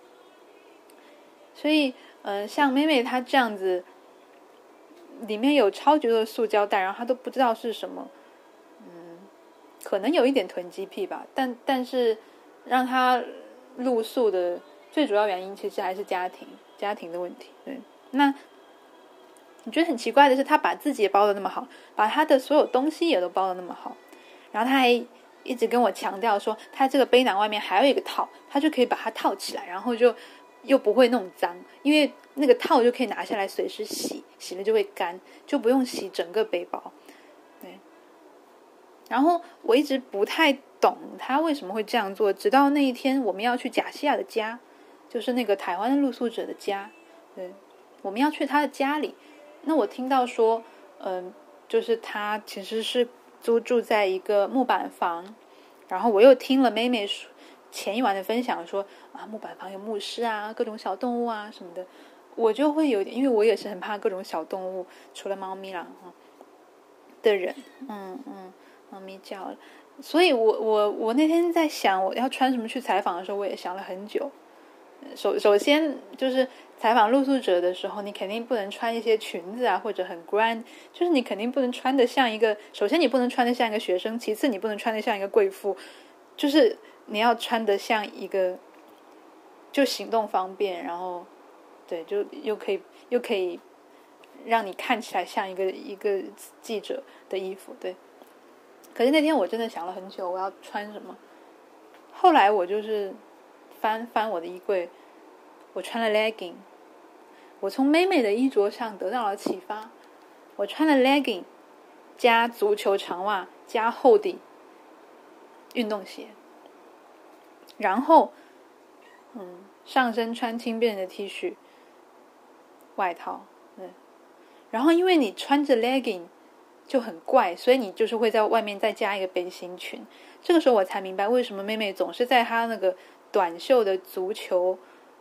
所以像妹妹她这样子，里面有超级多的塑胶袋，然后她都不知道是什么，可能有一点囤积癖吧，但是让她露宿的最主要原因其实还是家庭的问题。对，那你觉得很奇怪的是，她把自己也包得那么好，把她的所有东西也都包得那么好，然后她还一直跟我强调说，她这个背囊外面还有一个套，她就可以把它套起来，然后就又不会弄脏，因为那个套就可以拿下来随时洗，洗了就会干，就不用洗整个背包。对，然后我一直不太懂他为什么会这样做，直到那一天我们要去贾西亚的家，就是那个台湾的露宿者的家。对，我们要去他的家里，那我听到说就是他其实是租住在一个木板房，然后我又听了妹妹前一晚的分享说木板房有牧师啊，各种小动物啊什么的，我就会有点，因为我也是很怕各种小动物，除了猫咪啦的人，猫咪叫了，所以我那天在想我要穿什么去采访的时候，我也想了很久。首先就是采访露宿者的时候，你肯定不能穿一些裙子啊，或者很 grand， 就是你肯定不能穿得像一个，首先你不能穿得像一个学生，其次你不能穿得像一个贵妇，就是你要穿得像一个就行动方便，然后对，就又可以让你看起来像一个记者的衣服。对，可是那天我真的想了很久我要穿什么，后来我就是翻我的衣柜，我穿了 legging， 我从妹妹的衣着上得到了启发，我穿了 legging 加足球长袜加厚底运动鞋，然后上身穿轻便的 T 恤外套。然后因为你穿着 legging 就很怪，所以你就是会在外面再加一个背心裙。这个时候我才明白为什么妹妹总是在她那个短袖的足球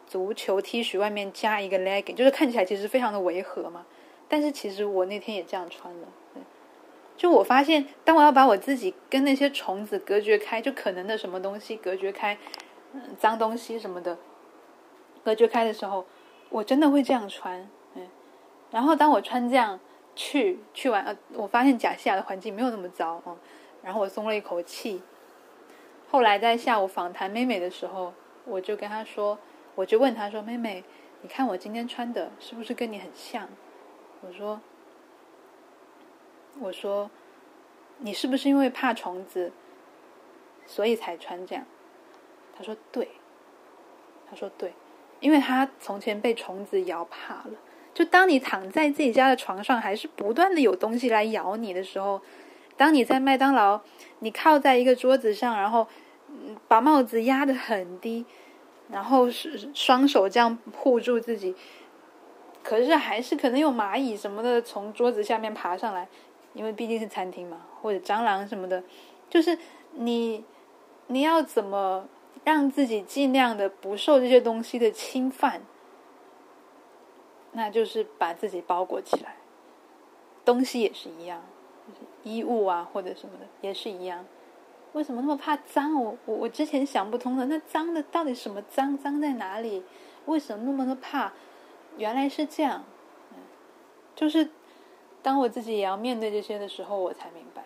T 恤外面加一个 legging， 就是看起来其实非常的违和嘛。但是其实我那天也这样穿了。就我发现当我要把我自己跟那些虫子隔绝开，就可能的什么东西隔绝开，脏东西什么的隔绝开的时候，我真的会这样穿。然后当我穿这样去完我发现贾西亚的环境没有那么糟，然后我松了一口气。后来在下午访谈妹妹的时候，我就问她说，妹妹，你看我今天穿的是不是跟你很像？我说你是不是因为怕虫子所以才穿这样？她说对，因为她从前被虫子咬怕了。就当你躺在自己家的床上，还是不断的有东西来咬你的时候，当你在麦当劳，你靠在一个桌子上，然后把帽子压得很低，然后双手这样护住自己，可是还是可能有蚂蚁什么的从桌子下面爬上来，因为毕竟是餐厅嘛，或者蟑螂什么的，就是你要怎么让自己尽量的不受这些东西的侵犯，那就是把自己包裹起来。东西也是一样，就是衣物啊或者什么的也是一样。为什么那么怕脏？我之前想不通的，那脏的到底什么脏？脏在哪里？为什么那么的怕？原来是这样。就是当我自己也要面对这些的时候，我才明白。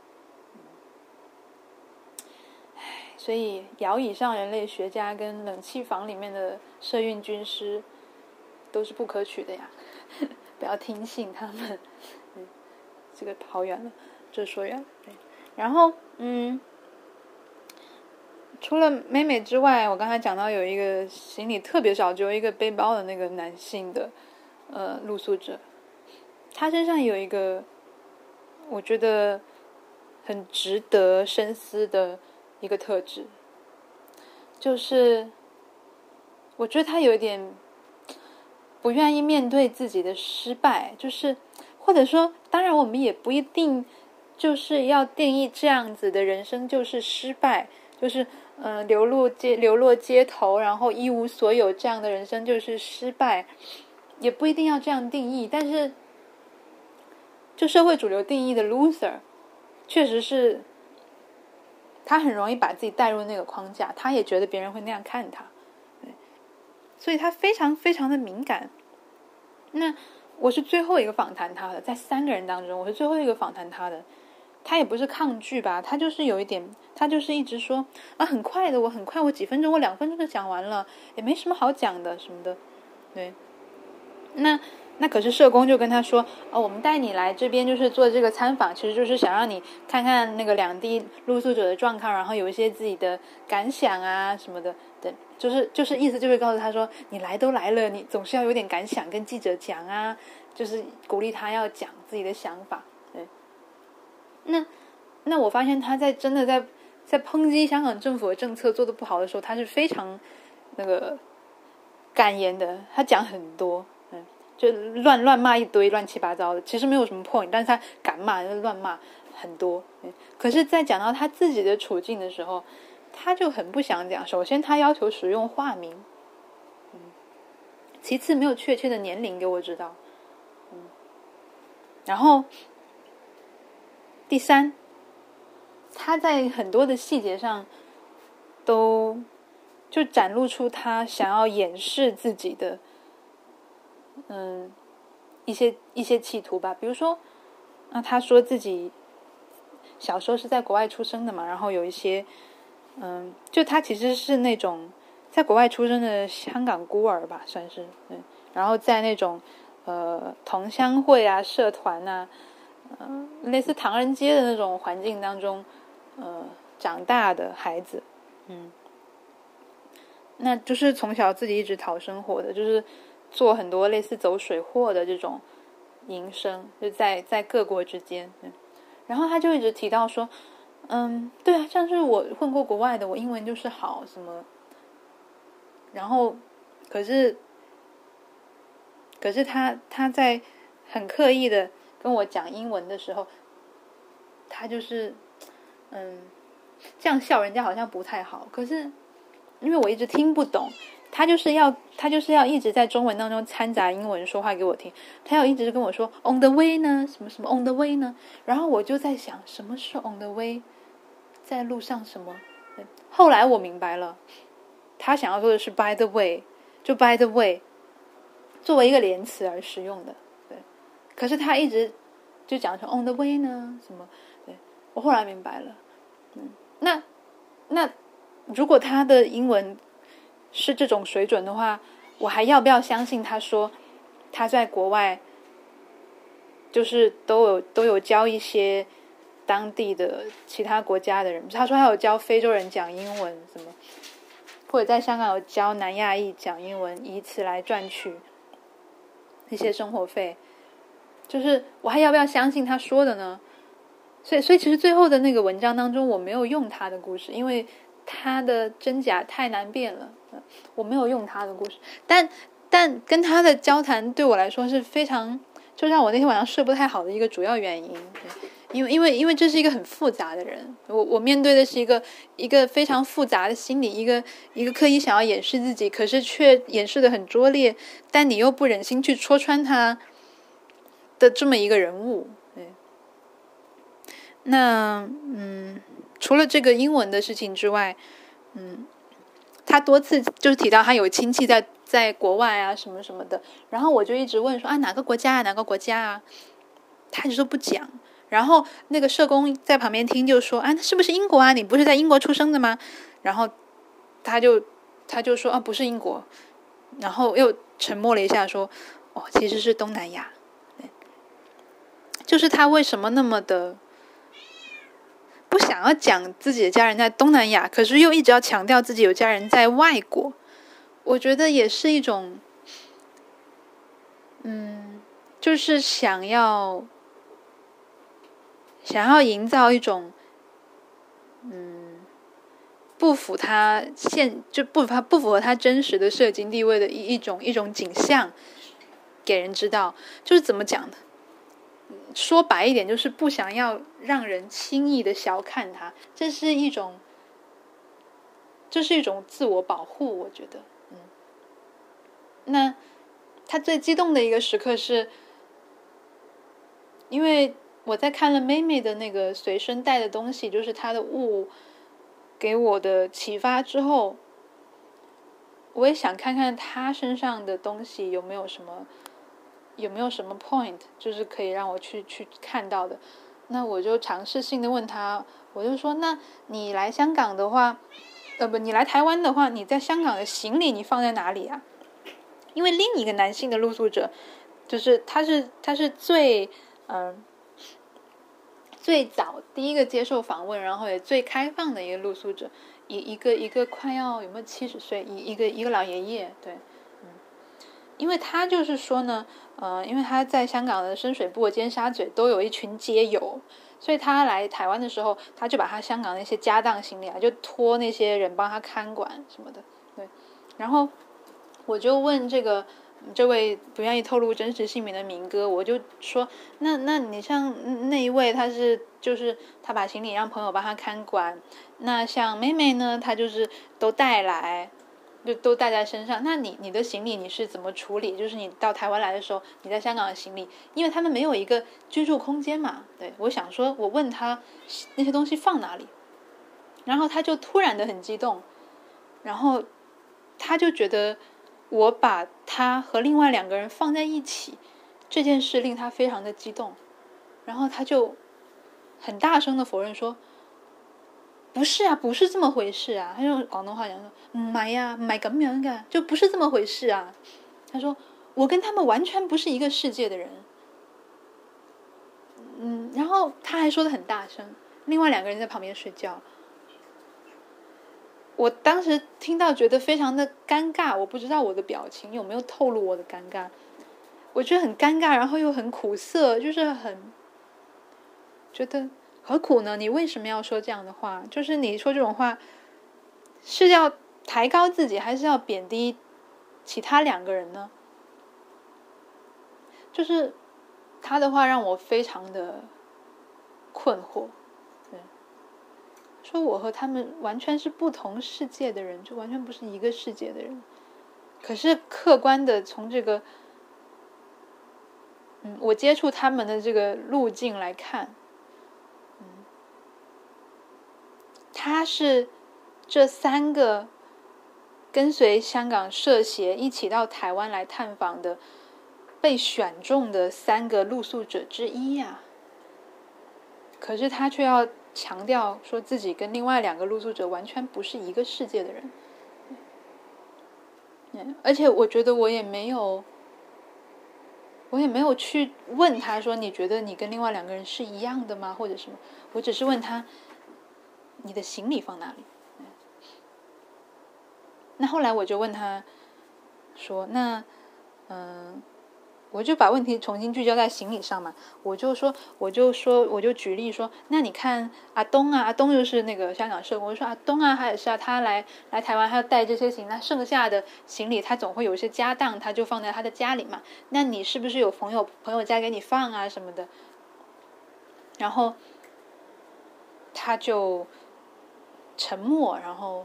所以摇椅上人类学家跟冷气房里面的社运军师都是不可取的呀，不要听信他们。 这个跑远了，这说远了。对，然后除了美美之外，我刚才讲到有一个行李特别少，只有一个背包的那个男性的露宿者，他身上有一个我觉得很值得深思的一个特质，就是我觉得他有一点不愿意面对自己的失败，就是或者说，当然我们也不一定就是要定义这样子的人生就是失败，就是流落街头，然后一无所有，这样的人生就是失败，也不一定要这样定义。但是就社会主流定义的 loser 确实是他很容易把自己带入那个框架，他也觉得别人会那样看他，所以他非常非常的敏感。那我是最后一个访谈他的，在3个人当中我是最后一个访谈他的，他也不是抗拒吧，他就是有一点，他就是一直说很快的，我很快，我几分钟，我2分钟就讲完了，也没什么好讲的什么的。对，那可是社工就跟他说我们带你来这边就是做这个参访，其实就是想让你看看那个2地露宿者的状况，然后有一些自己的感想啊什么的。对，就是意思就是告诉他说，你来都来了，你总是要有点感想跟记者讲啊，就是鼓励他要讲自己的想法。对，那我发现他真的在抨击香港政府的政策做得不好的时候，他是非常那个敢言的，他讲很多，就乱骂一堆乱七八糟的，其实没有什么 point， 但是他敢骂，就乱骂很多。可是在讲到他自己的处境的时候，他就很不想讲。首先他要求使用化名，其次没有确切的年龄给我知道，然后第三，他在很多的细节上都就展露出他想要掩饰自己的一些企图吧。比如说他说自己小时候是在国外出生的嘛，然后有一些就他其实是那种在国外出生的香港孤儿吧，算是。然后在那种同乡会啊社团啊类似唐人街的那种环境当中长大的孩子。那就是从小自己一直讨生活的，就是做很多类似走水货的这种营生，就在各国之间。然后他就一直提到说对啊，像是我混过国外的，我英文就是好什么，然后可是他在很刻意的跟我讲英文的时候，他就是这样笑人家好像不太好，可是因为我一直听不懂，他就是要一直在中文当中掺杂英文说话给我听，他要一直跟我说 on the way 呢，什么什么 on the way 呢，然后我就在想什么是 on the way， 在路上什么。后来我明白了，他想要说的是 by the way， 就 by the way 作为一个连词而使用的。对，可是他一直就讲成 on the way 呢什么。对，我后来明白了。那如果他的英文是这种水准的话，我还要不要相信他说他在国外就是都有教一些当地的其他国家的人，他说他有教非洲人讲英文什么，或者在香港有教南亚裔讲英文，以此来赚取一些生活费，就是我还要不要相信他说的呢？所以其实最后的那个文章当中我没有用他的故事，因为他的真假太难辨了，我没有用他的故事。但跟他的交谈对我来说是非常，就让我那天晚上睡不太好的一个主要原因。因为这是一个很复杂的人，我面对的是一个非常复杂的心理，一个刻意想要掩饰自己，可是却掩饰得很拙劣，但你又不忍心去戳穿他的这么一个人物。那除了这个英文的事情之外，他多次就是提到他有亲戚在国外啊什么什么的，然后我就一直问说哪个国家啊，他就说不讲。然后那个社工在旁边听就说那是不是英国啊？你不是在英国出生的吗？然后他就说不是英国，然后又沉默了一下说其实是东南亚。 就是他为什么那么的不想要讲自己的家人在东南亚，可是又一直要强调自己有家人在外国。我觉得也是一种就是想要营造一种不符合他真实的社经地位的一种景象给人知道。就是怎么讲呢？说白一点，就是不想要让人轻易的小看他，这是一种自我保护，我觉得。那他最激动的一个时刻是，因为我在看了妹妹的那个随身带的东西，就是她的物给我的启发之后，我也想看看她身上的东西有没有什么 point， 就是可以让我去看到的。那我就尝试性的问他，我就说，那你来香港的话，你来台湾的话，你在香港的行李你放在哪里啊？因为另一个男性的露宿者，就是他是最早第一个接受访问，然后也最开放的一个露宿者，一个快要有没有70岁，一个老爷爷，对，因为他就是说呢，因为他在香港的深水埗、尖沙咀都有一群街友，所以他来台湾的时候，他就把他香港那些家当行李啊，就托那些人帮他看管什么的，对。然后我就问这位不愿意透露真实姓名的民哥，我就说，那你像那一位，就是他把行李让朋友帮他看管，那像妹妹呢，她就是都带来。就都带在身上，那你的行李你是怎么处理？就是你到台湾来的时候，你在香港的行李，因为他们没有一个居住空间嘛。对，我想说，我问他那些东西放哪里，然后他就突然的很激动，然后他就觉得我把他和另外2个人放在一起这件事令他非常的激动，然后他就很大声的否认说，不是啊，不是这么回事啊。他用广东话讲说，唔係啊，唔係咁樣噶，就不是這麼回事啊。他說，我跟他們完全不是一個世界的人。然後他還說得很大聲，另外2個人在旁邊睡覺。我當時聽到覺得非常的尷尬，我不知道我的表情有沒有透露我的尷尬。我覺得很尷尬，然後又很苦澀，就是很覺得何苦呢？你為什麼要說這樣的話？就是你說這種話是要抬高自己，還是要貶低其他2個人呢？就是他的話讓我非常的困惑。對，說我和他們完全是不同世界的人，就完全不是一個世界的人。可是客觀的從這個我接觸他們的這個路徑來看，他是這3個跟隨香港社協一起到台灣來探訪的被選中的3個露宿者之一呀。可是他卻要強調說自己跟另外2個露宿者完全不是一個世界的人。而且我覺得我也沒有去問他說，你覺得你跟另外2個人是一樣的嗎？或者什麼？我只是問他，你的行李放哪裡？那後來我就問他說，那我就把問題重新聚焦在行李上嘛。我就舉例說，那你看阿東啊，阿東就是那個香港社工，我說阿東啊，他也是啊，他來台灣，他要帶這些行李，那剩下的行李他總會有一些家當，他就放在他的家裡嘛。那你是不是有朋友家給你放啊什麼的？然後他就沉默，然後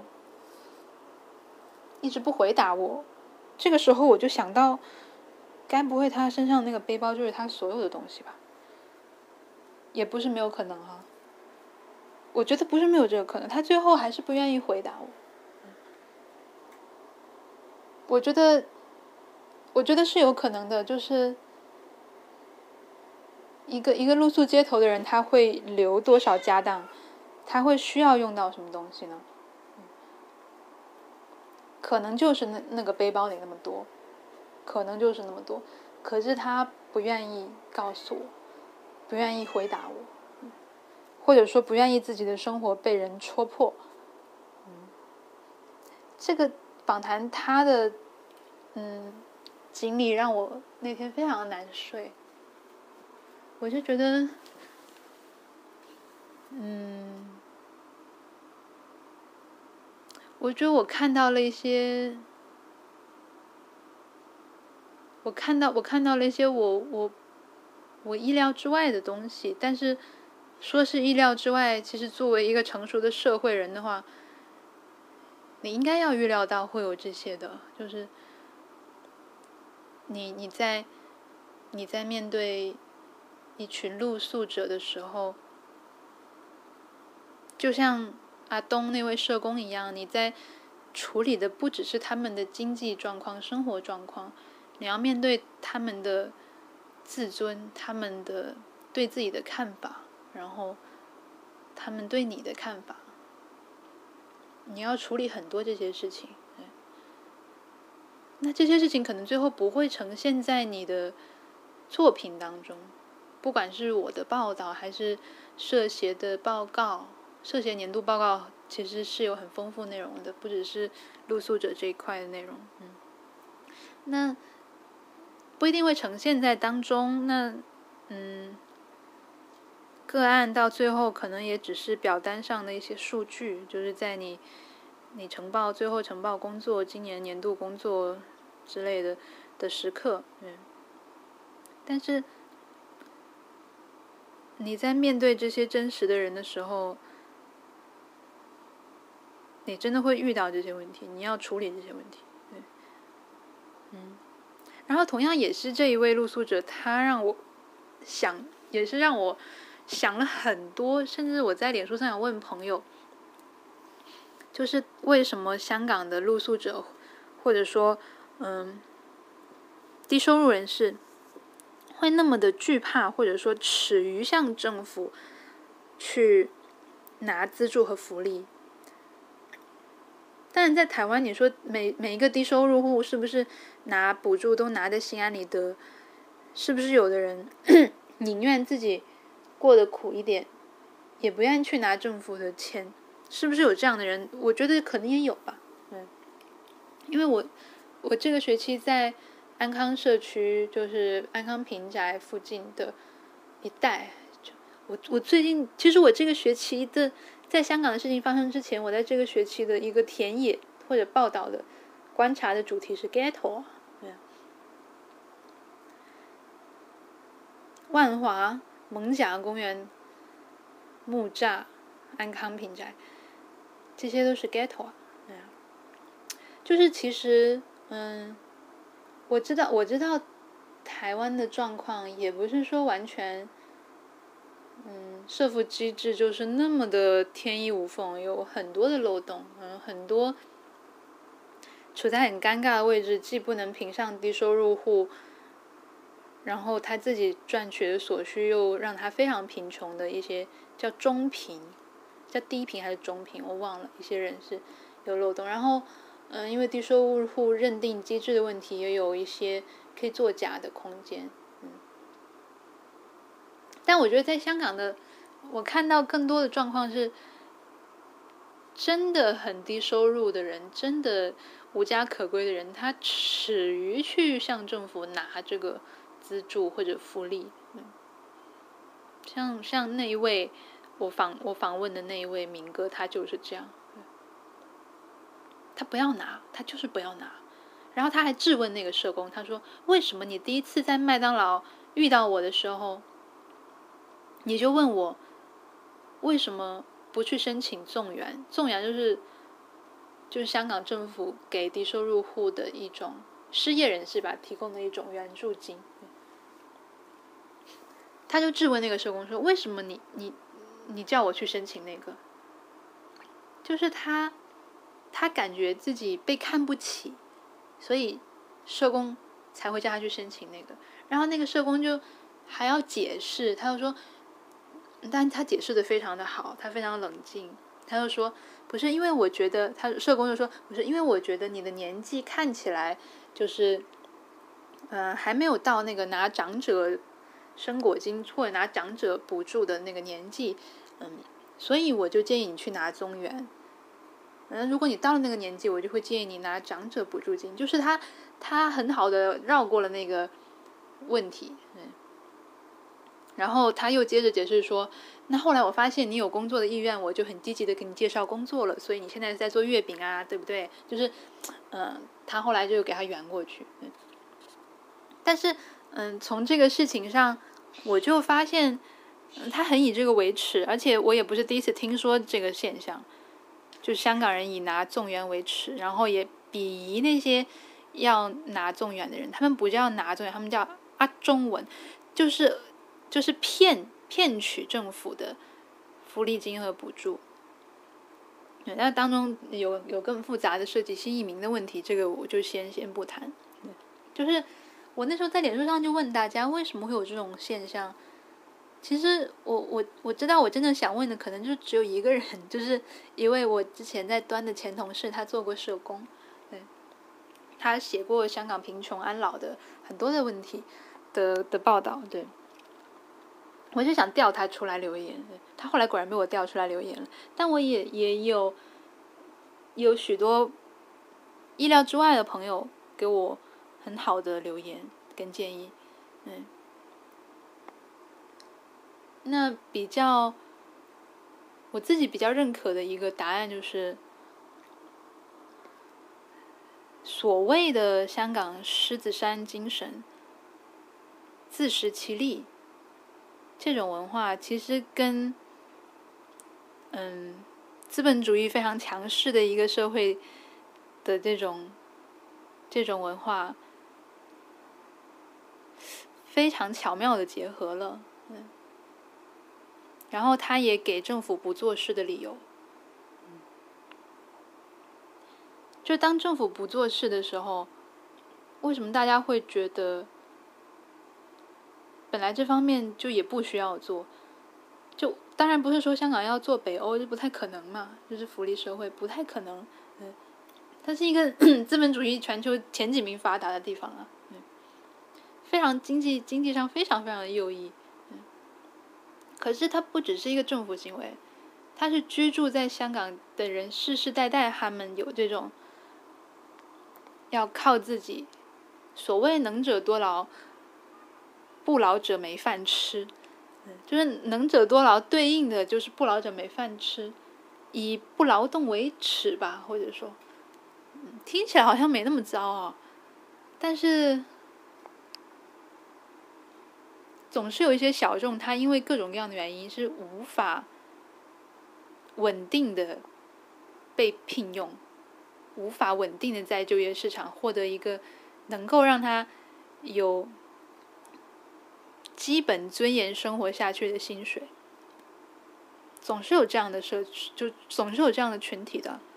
一直不回答我。這個時候我就想到，該不會他身上那個背包就是他所有的東西吧？也不是沒有可能啊。我覺得不是沒有這個可能，他最後還是不願意回答我。我覺得是有可能的，就是一個露宿街頭的人，他會留多少家當？他會需要用到什麼東西呢？可能就是那個背包裡那麼多，可能就是那麼多，可是他不願意告訴我。 不愿意回答我，或者说不愿意自己的生活被人戳破。这个访谈他的经历让我那天非常难睡。我就觉得我觉得我看到了一些我看到了一些我意料之外的东西，但是说是意料之外，其实作为一个成熟的社会人的话，你应该要预料到会有这些的，就是你在面对一群露宿者的时候，就像阿东那位社工一样，你在处理的不只是他们的经济状况、生活状况，你要面对他们的自尊，他们的对自己的看法，然后他们对你的看法，你要处理很多这些事情。那这些事情可能最后不会呈现在你的作品当中，不管是我的报道还是社协的报告，社协年度报告其实是有很丰富内容的，不只是露宿者这一块的内容。那不一定会呈现在当中。那个案到最后可能也只是表单上的一些数据，就是在你最后呈报工作，今年年度工作之类的时刻。但是你在面对这些真实的人的时候，你真的会遇到这些问题，你要处理这些问题。然后同样也是这一位露宿者，他让我想，也是让我想了很多，甚至我在脸书上有问朋友，就是为什么香港的露宿者，或者说低收入人士会那么的惧怕，或者说耻于向政府去拿资助和福利。当然在台湾，你说每一个低收入户是不是拿补助都拿得心安理得？是不是有的人宁愿自己过得苦一点，也不愿意去拿政府的钱？是不是有这样的人？我觉得可能也有吧。因为我这个学期在安康社区，就是安康平宅附近的一带，我最近其实我这个学期的在香港的事情发生之前，我在这个学期的一个田野或者报道的观察的主题是 ghetto。万华、蒙甲公园、木栅、安康平宅，这些都是 ghetto。就是其实我知道台湾的状况也不是说完全社福机制就是那么的天衣无缝，有很多的漏洞，很多处在很尴尬的位置，既不能评上低收入户，然后他自己赚取的所需又让他非常贫穷的一些叫中贫，叫低贫还是中贫我忘了，一些人是有漏洞。然后因为低收入户认定机制的问题，也有一些可以作假的空间。但我觉得在香港的我看到更多的状况是，真的很低收入的人，真的无家可归的人，他耻于去向政府拿这个资助或者福利。像那一位我访问的那一位民哥，他就是这样，他不要拿，他就是不要拿。然后他还质问那个社工，他说为什么你第一次在麦当劳遇到我的时候，你就问我为什么不去申请纵援？纵援就是香港政府给低收入户的一种失业人士吧提供的一种援助金。他就质问那个社工说，为什么你叫我去申请那个？就是他感觉自己被看不起，所以社工才会叫他去申请那个。然后那个社工就还要解释，他就说，但他解释的非常的好，他非常冷静，他就说不是因为我觉得，社工就说不是因为我觉得你的年纪看起来就是还没有到那个拿长者生果金或者拿长者补助的那个年纪，所以我就建议你去拿宗援。如果你到了那个年纪，我就会建议你拿长者补助金，就是他很好的绕过了那个问题。然后他又接着解释说，那后来我发现你有工作的意愿，我就很积极的给你介绍工作了，所以你现在在做月饼啊，对不对？就是他后来就给他圆过去。但是从这个事情上我就发现他很以这个为耻，而且我也不是第一次听说这个现象，就是香港人以拿众援为耻，然后也鄙夷那些要拿众援的人，他们不叫拿众援，他们叫中文，就是骗取政府的福利金和补助。那当中有更复杂的涉及新移民的问题，这个我就先不谈。就是我那时候在脸书上就问大家，为什么会有这种现象？其实我知道，我真的想问的可能就只有一个人，就是一位我之前在端的前同事，他做过社工，他写过香港贫穷安老的很多的问题的报道，对。我就想调他出来留言，他后来果然被我调出来留言了。但我也有许多意料之外的朋友给我很好的留言跟建议。那我自己比较认可的一个答案就是，所谓的香港狮子山精神，自食其力，这种文化其实跟资本主义非常强势的一个社会的这种文化非常巧妙的结合了。然后他也给政府不做事的理由。就当政府不做事的时候，为什么大家会觉得本来这方面就也不需要做？就当然不是说香港要做北欧，就不太可能嘛，就是福利社会不太可能。它是一个资本主义全球前几名发达的地方啊，非常经济上非常非常的右翼。可是它不只是一个政府行为，它是居住在香港的人世世代代，他们有这种要靠自己，所谓能者多劳，不劳者没饭吃。就是能者多劳对应的就是不劳者没饭吃，以不劳动为耻吧，或者说听起来好像没那么糟啊，但是总是有一些小众，他因为各种各样的原因是无法稳定的被聘用，无法稳定的在就业市场获得一个能够让他有基本尊严生活下去的薪水。总是有这样的就总是有这样的群体的。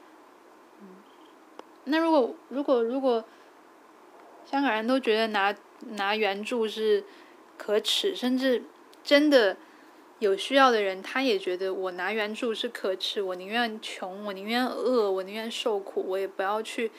那如果香港人都觉得拿援助是可耻，甚至真的有需要的人他也觉得我拿援助是可耻，我宁愿穷，我宁愿饿，我宁愿受苦，我也不要去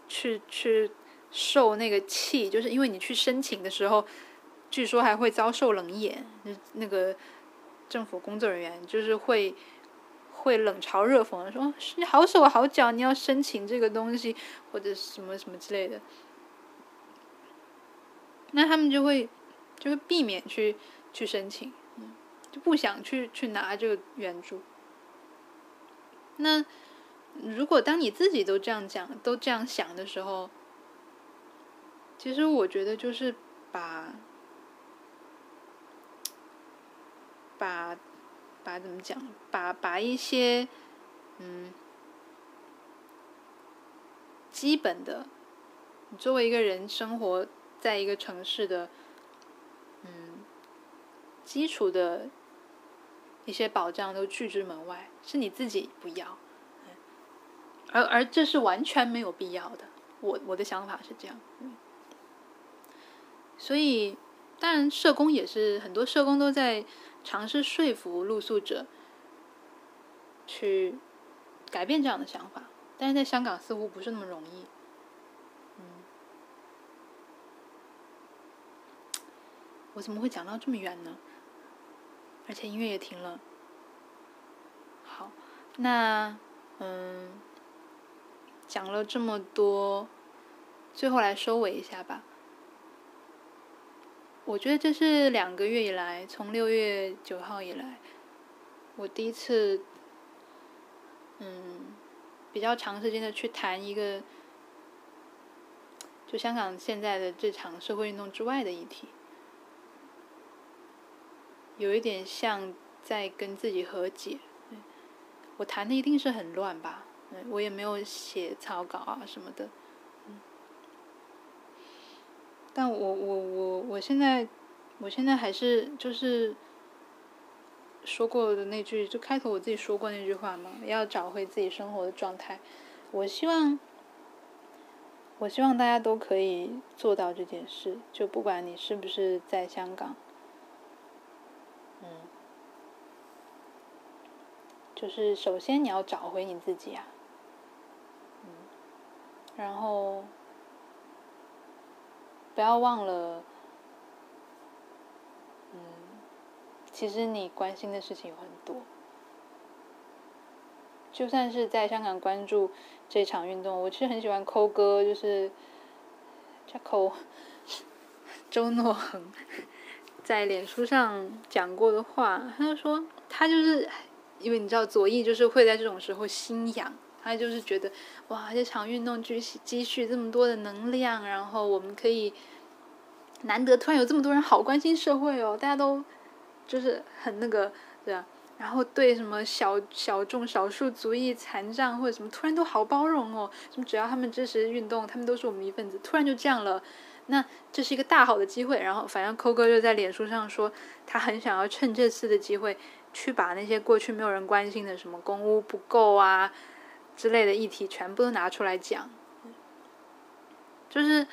受那个气，就是因为你去申请的时候据说还会遭受冷眼，那个政府工作人员就是会冷嘲热讽的说你好手好脚，你要申请这个东西或者什么什么之类的，那他们就会避免去申请，就不想去拿这个援助。那如果当你自己都这样讲都这样想的时候，其实我觉得就是把怎么讲，把一些基本的，你作为一个人生活在一个城市的基础的一些保障都拒之门外，是你自己不要，而这是完全没有必要的。我的想法是这样。所以当然社工也是，很多社工都在尝试说服露宿者去改变这样的想法，但是在香港似乎不是那么容易。 我怎么会讲到这么远呢？而且音乐也停了。好，那讲了这么多，最后来收尾一下吧。我觉得这是2个月以来，从6月9号以来，我第一次比较长时间的去谈一个就香港现在的这场社会运动之外的议题，有一点像在跟自己和解。我谈的一定是很乱吧，我也没有写草稿啊什么的，但我现在还是就是说过的那句，就开头我自己说过那句话嘛，要找回自己生活的状态。我希望大家都可以做到这件事，就不管你是不是在香港，就是首先你要找回你自己啊，然后不要忘了，其实你关心的事情有很多。就算是在香港关注这场运动，我其实很喜欢抠哥，就是Jacko 周诺恒在脸书上讲过的话，他就说他就是因为你知道左翼就是会在这种时候心痒，他就是觉得哇，这场运动积蓄这么多的能量，然后我们可以难得突然有这么多人好关心社会哦，大家都就是很那个，对啊，然后对什么小众少数族裔残障或者什么突然都好包容哦，什么只要他们支持运动，他们都是我们一份子，突然就这样了，那这是一个大好的机会。然后反正抠哥就在脸书上说，他很想要趁这次的机会去把那些过去没有人关心的什么公屋不够啊之类的议题全部都拿出来讲，就是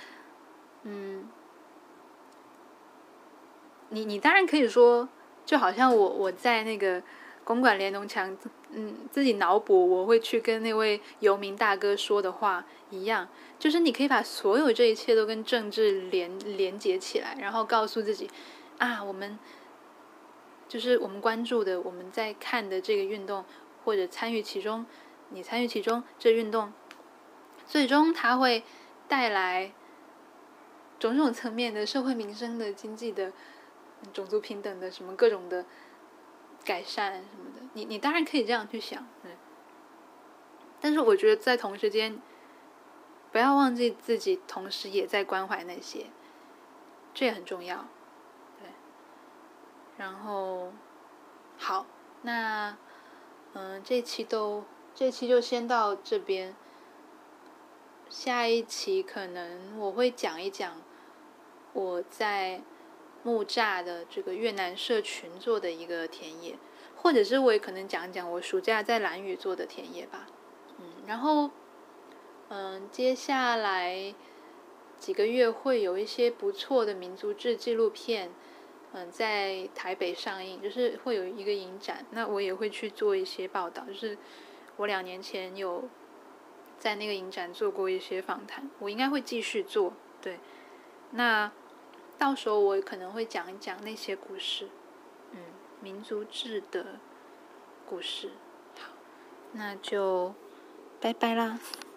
你当然可以说，就好像我在那个公馆连农墙，自己脑补我会去跟那位游民大哥说的话一样，就是你可以把所有这一切都跟政治连接起来，然后告诉自己啊，我们就是我们关注的，我们在看的这个运动，或者参与其中，你参与其中，这运动最终它会带来种种层面的社会民生的、经济的、种族平等的什么各种的改善什么的，你当然可以这样去想，但是我觉得在同时间，不要忘记自己同时也在关怀那些，这也很重要，对。然后好，那这一期就先到这边，下一期可能我会讲一讲我在木栅的这个越南社群做的一个田野，或者是我也可能讲讲我暑假在兰屿做的田野吧。然后接下来几个月会有一些不错的民族志纪录片在台北上映，就是会有一个影展，那我也会去做一些报道，就是我2年前有在那个影展做过一些访谈，我应该会继续做，对。那到时候我可能会讲一讲那些故事，民族志的故事。好，那就拜拜啦。